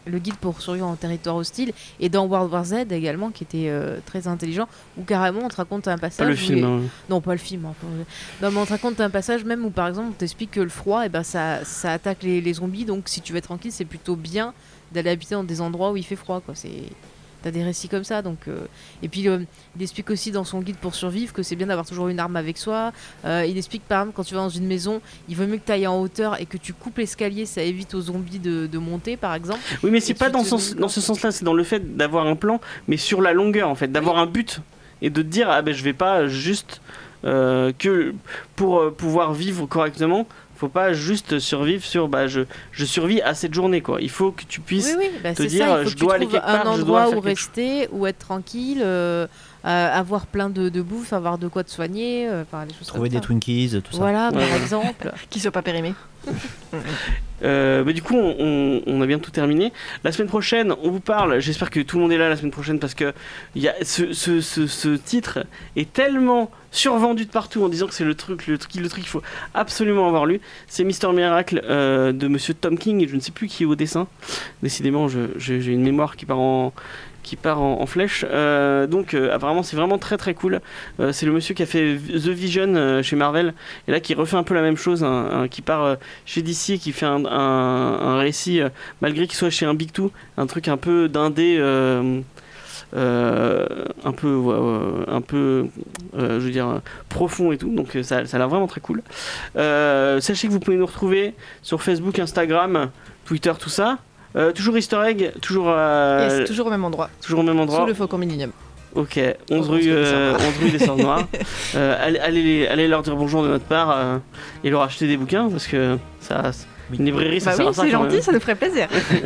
le guide pour survivre en territoire hostile, et dans World War Z également, qui était euh, très intelligent, où carrément on te raconte un passage. Pas le où film. les- hein. Non, pas le film. hein, pas- Non, mais on te raconte un passage même où par exemple on t'explique que le froid, eh ben, ça, ça attaque les, les zombies, donc si tu veux être tranquille, c'est plutôt bien d'aller habiter dans des endroits où il fait froid, quoi. C'est... T'as des récits comme ça, donc... euh, Et puis, euh, il explique aussi dans son guide pour survivre que c'est bien d'avoir toujours une arme avec soi. Euh, il explique, par exemple, quand tu vas dans une maison, il vaut mieux que tu ailles en hauteur et que tu coupes l'escalier, ça évite aux zombies de, de monter, par exemple. Oui, mais c'est Et pas tu dans, te sens- mets- dans ce sens-là, c'est dans le fait d'avoir un plan, mais sur la longueur, en fait, d'avoir un but et de te dire, ah ben je vais pas juste euh, que pour euh, pouvoir vivre correctement, faut pas juste survivre sur, bah je, je survis à cette journée, quoi. Il faut que tu puisses. Oui, oui, bah, te c'est dire, ça. Il faut je que dois tu aller trouves quelque part, un je dois endroit faire où quelque chose. rester, où être tranquille, euh, euh, avoir plein de, de bouffe, avoir de quoi te soigner, euh, enfin, des choses Trouver comme des ça. Twinkies, tout ça. Voilà, par Ouais. exemple. Qui soit pas périmé. Euh, bah, du coup, on, on- on a bien tout terminé. La semaine prochaine, on vous parle. J'espère que tout le monde est là la semaine prochaine parce que il y a ce, ce, ce, ce titre est tellement survendu de partout en disant que c'est le truc, le truc, le truc qu'il faut absolument avoir lu. C'est Mister Miracle euh, de Monsieur Tom King et je ne sais plus qui est au dessin. Décidément, je- je- j'ai une mémoire qui part en qui part en, en flèche. Euh, donc euh, apparemment c'est vraiment très très cool. Euh, c'est le monsieur qui a fait The Vision euh, chez Marvel et là qui refait un peu la même chose, un- un- qui part euh, chez D C et qui fait un, un- un récit euh, malgré qu'il soit chez un Big Two, un truc un peu d'indé. Euh, euh, un peu ouais, ouais, un peu euh, je veux dire euh, profond et tout, donc euh, ça, ça a l'air vraiment très cool. Euh, sachez que vous pouvez nous retrouver sur Facebook, Instagram, Twitter, tout ça. Euh, toujours Easter egg, toujours, euh, Yes, toujours au même endroit. toujours au même endroit. Sous le Faucon Millennium. Ok, onze Oh, rue, onze rue des euh, Sœurs Noires. onze rue des Sœurs Noires. Euh, allez, allez, les- allez leur dire bonjour de notre part euh, et leur acheter des bouquins parce que ça, une librairie ça Bah sert oui, à ça c'est quand gentil, même. ça nous ferait plaisir.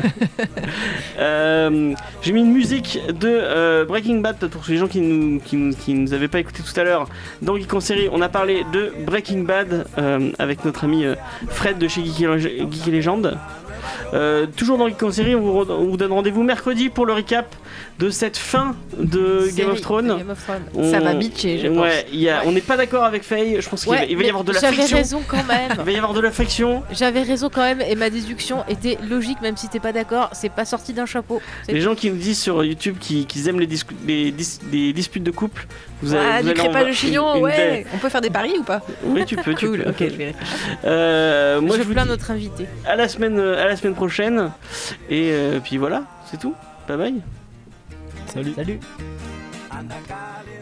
Euh, J'ai mis une musique de euh, Breaking Bad pour les gens qui nous, qui, nous, qui nous avaient pas écouté tout à l'heure. Dans Geek en série, on a parlé de Breaking Bad euh, avec notre ami euh, Fred de chez Geek et, Geek et Légende. Euh, toujours dans Geek en série, on vous, re- on vous donne rendez-vous mercredi pour le recap de cette fin de Game of Série Thrones. de Game of Thrones. On- Ça va bitcher, je pense. Ouais, il y a- on n'est pas d'accord avec Faye. Je pense qu'il va, Ouais, il va y mais avoir de la J'avais friction. raison quand même. Il va y avoir de la friction. J'avais raison quand même et ma déduction était logique même si t'es pas d'accord, c'est pas sorti d'un chapeau. C'est Les gens qui nous disent sur YouTube qu'ils qu'ils aiment les, discu- les, dis- les disputes de couple, vous avez, Ah, vous du allez en crépage voir de chignon, une- une ouais. belle- On peut faire des paris ou pas? Oui, tu peux, tu Cool, peux. ok, je vais réfléchir. Euh, moi, je je vous plains dis notre invité. à la semaine, à la semaine prochaine. Et euh, puis voilà, c'est tout. Bye bye. Salut. Salut. Anda kali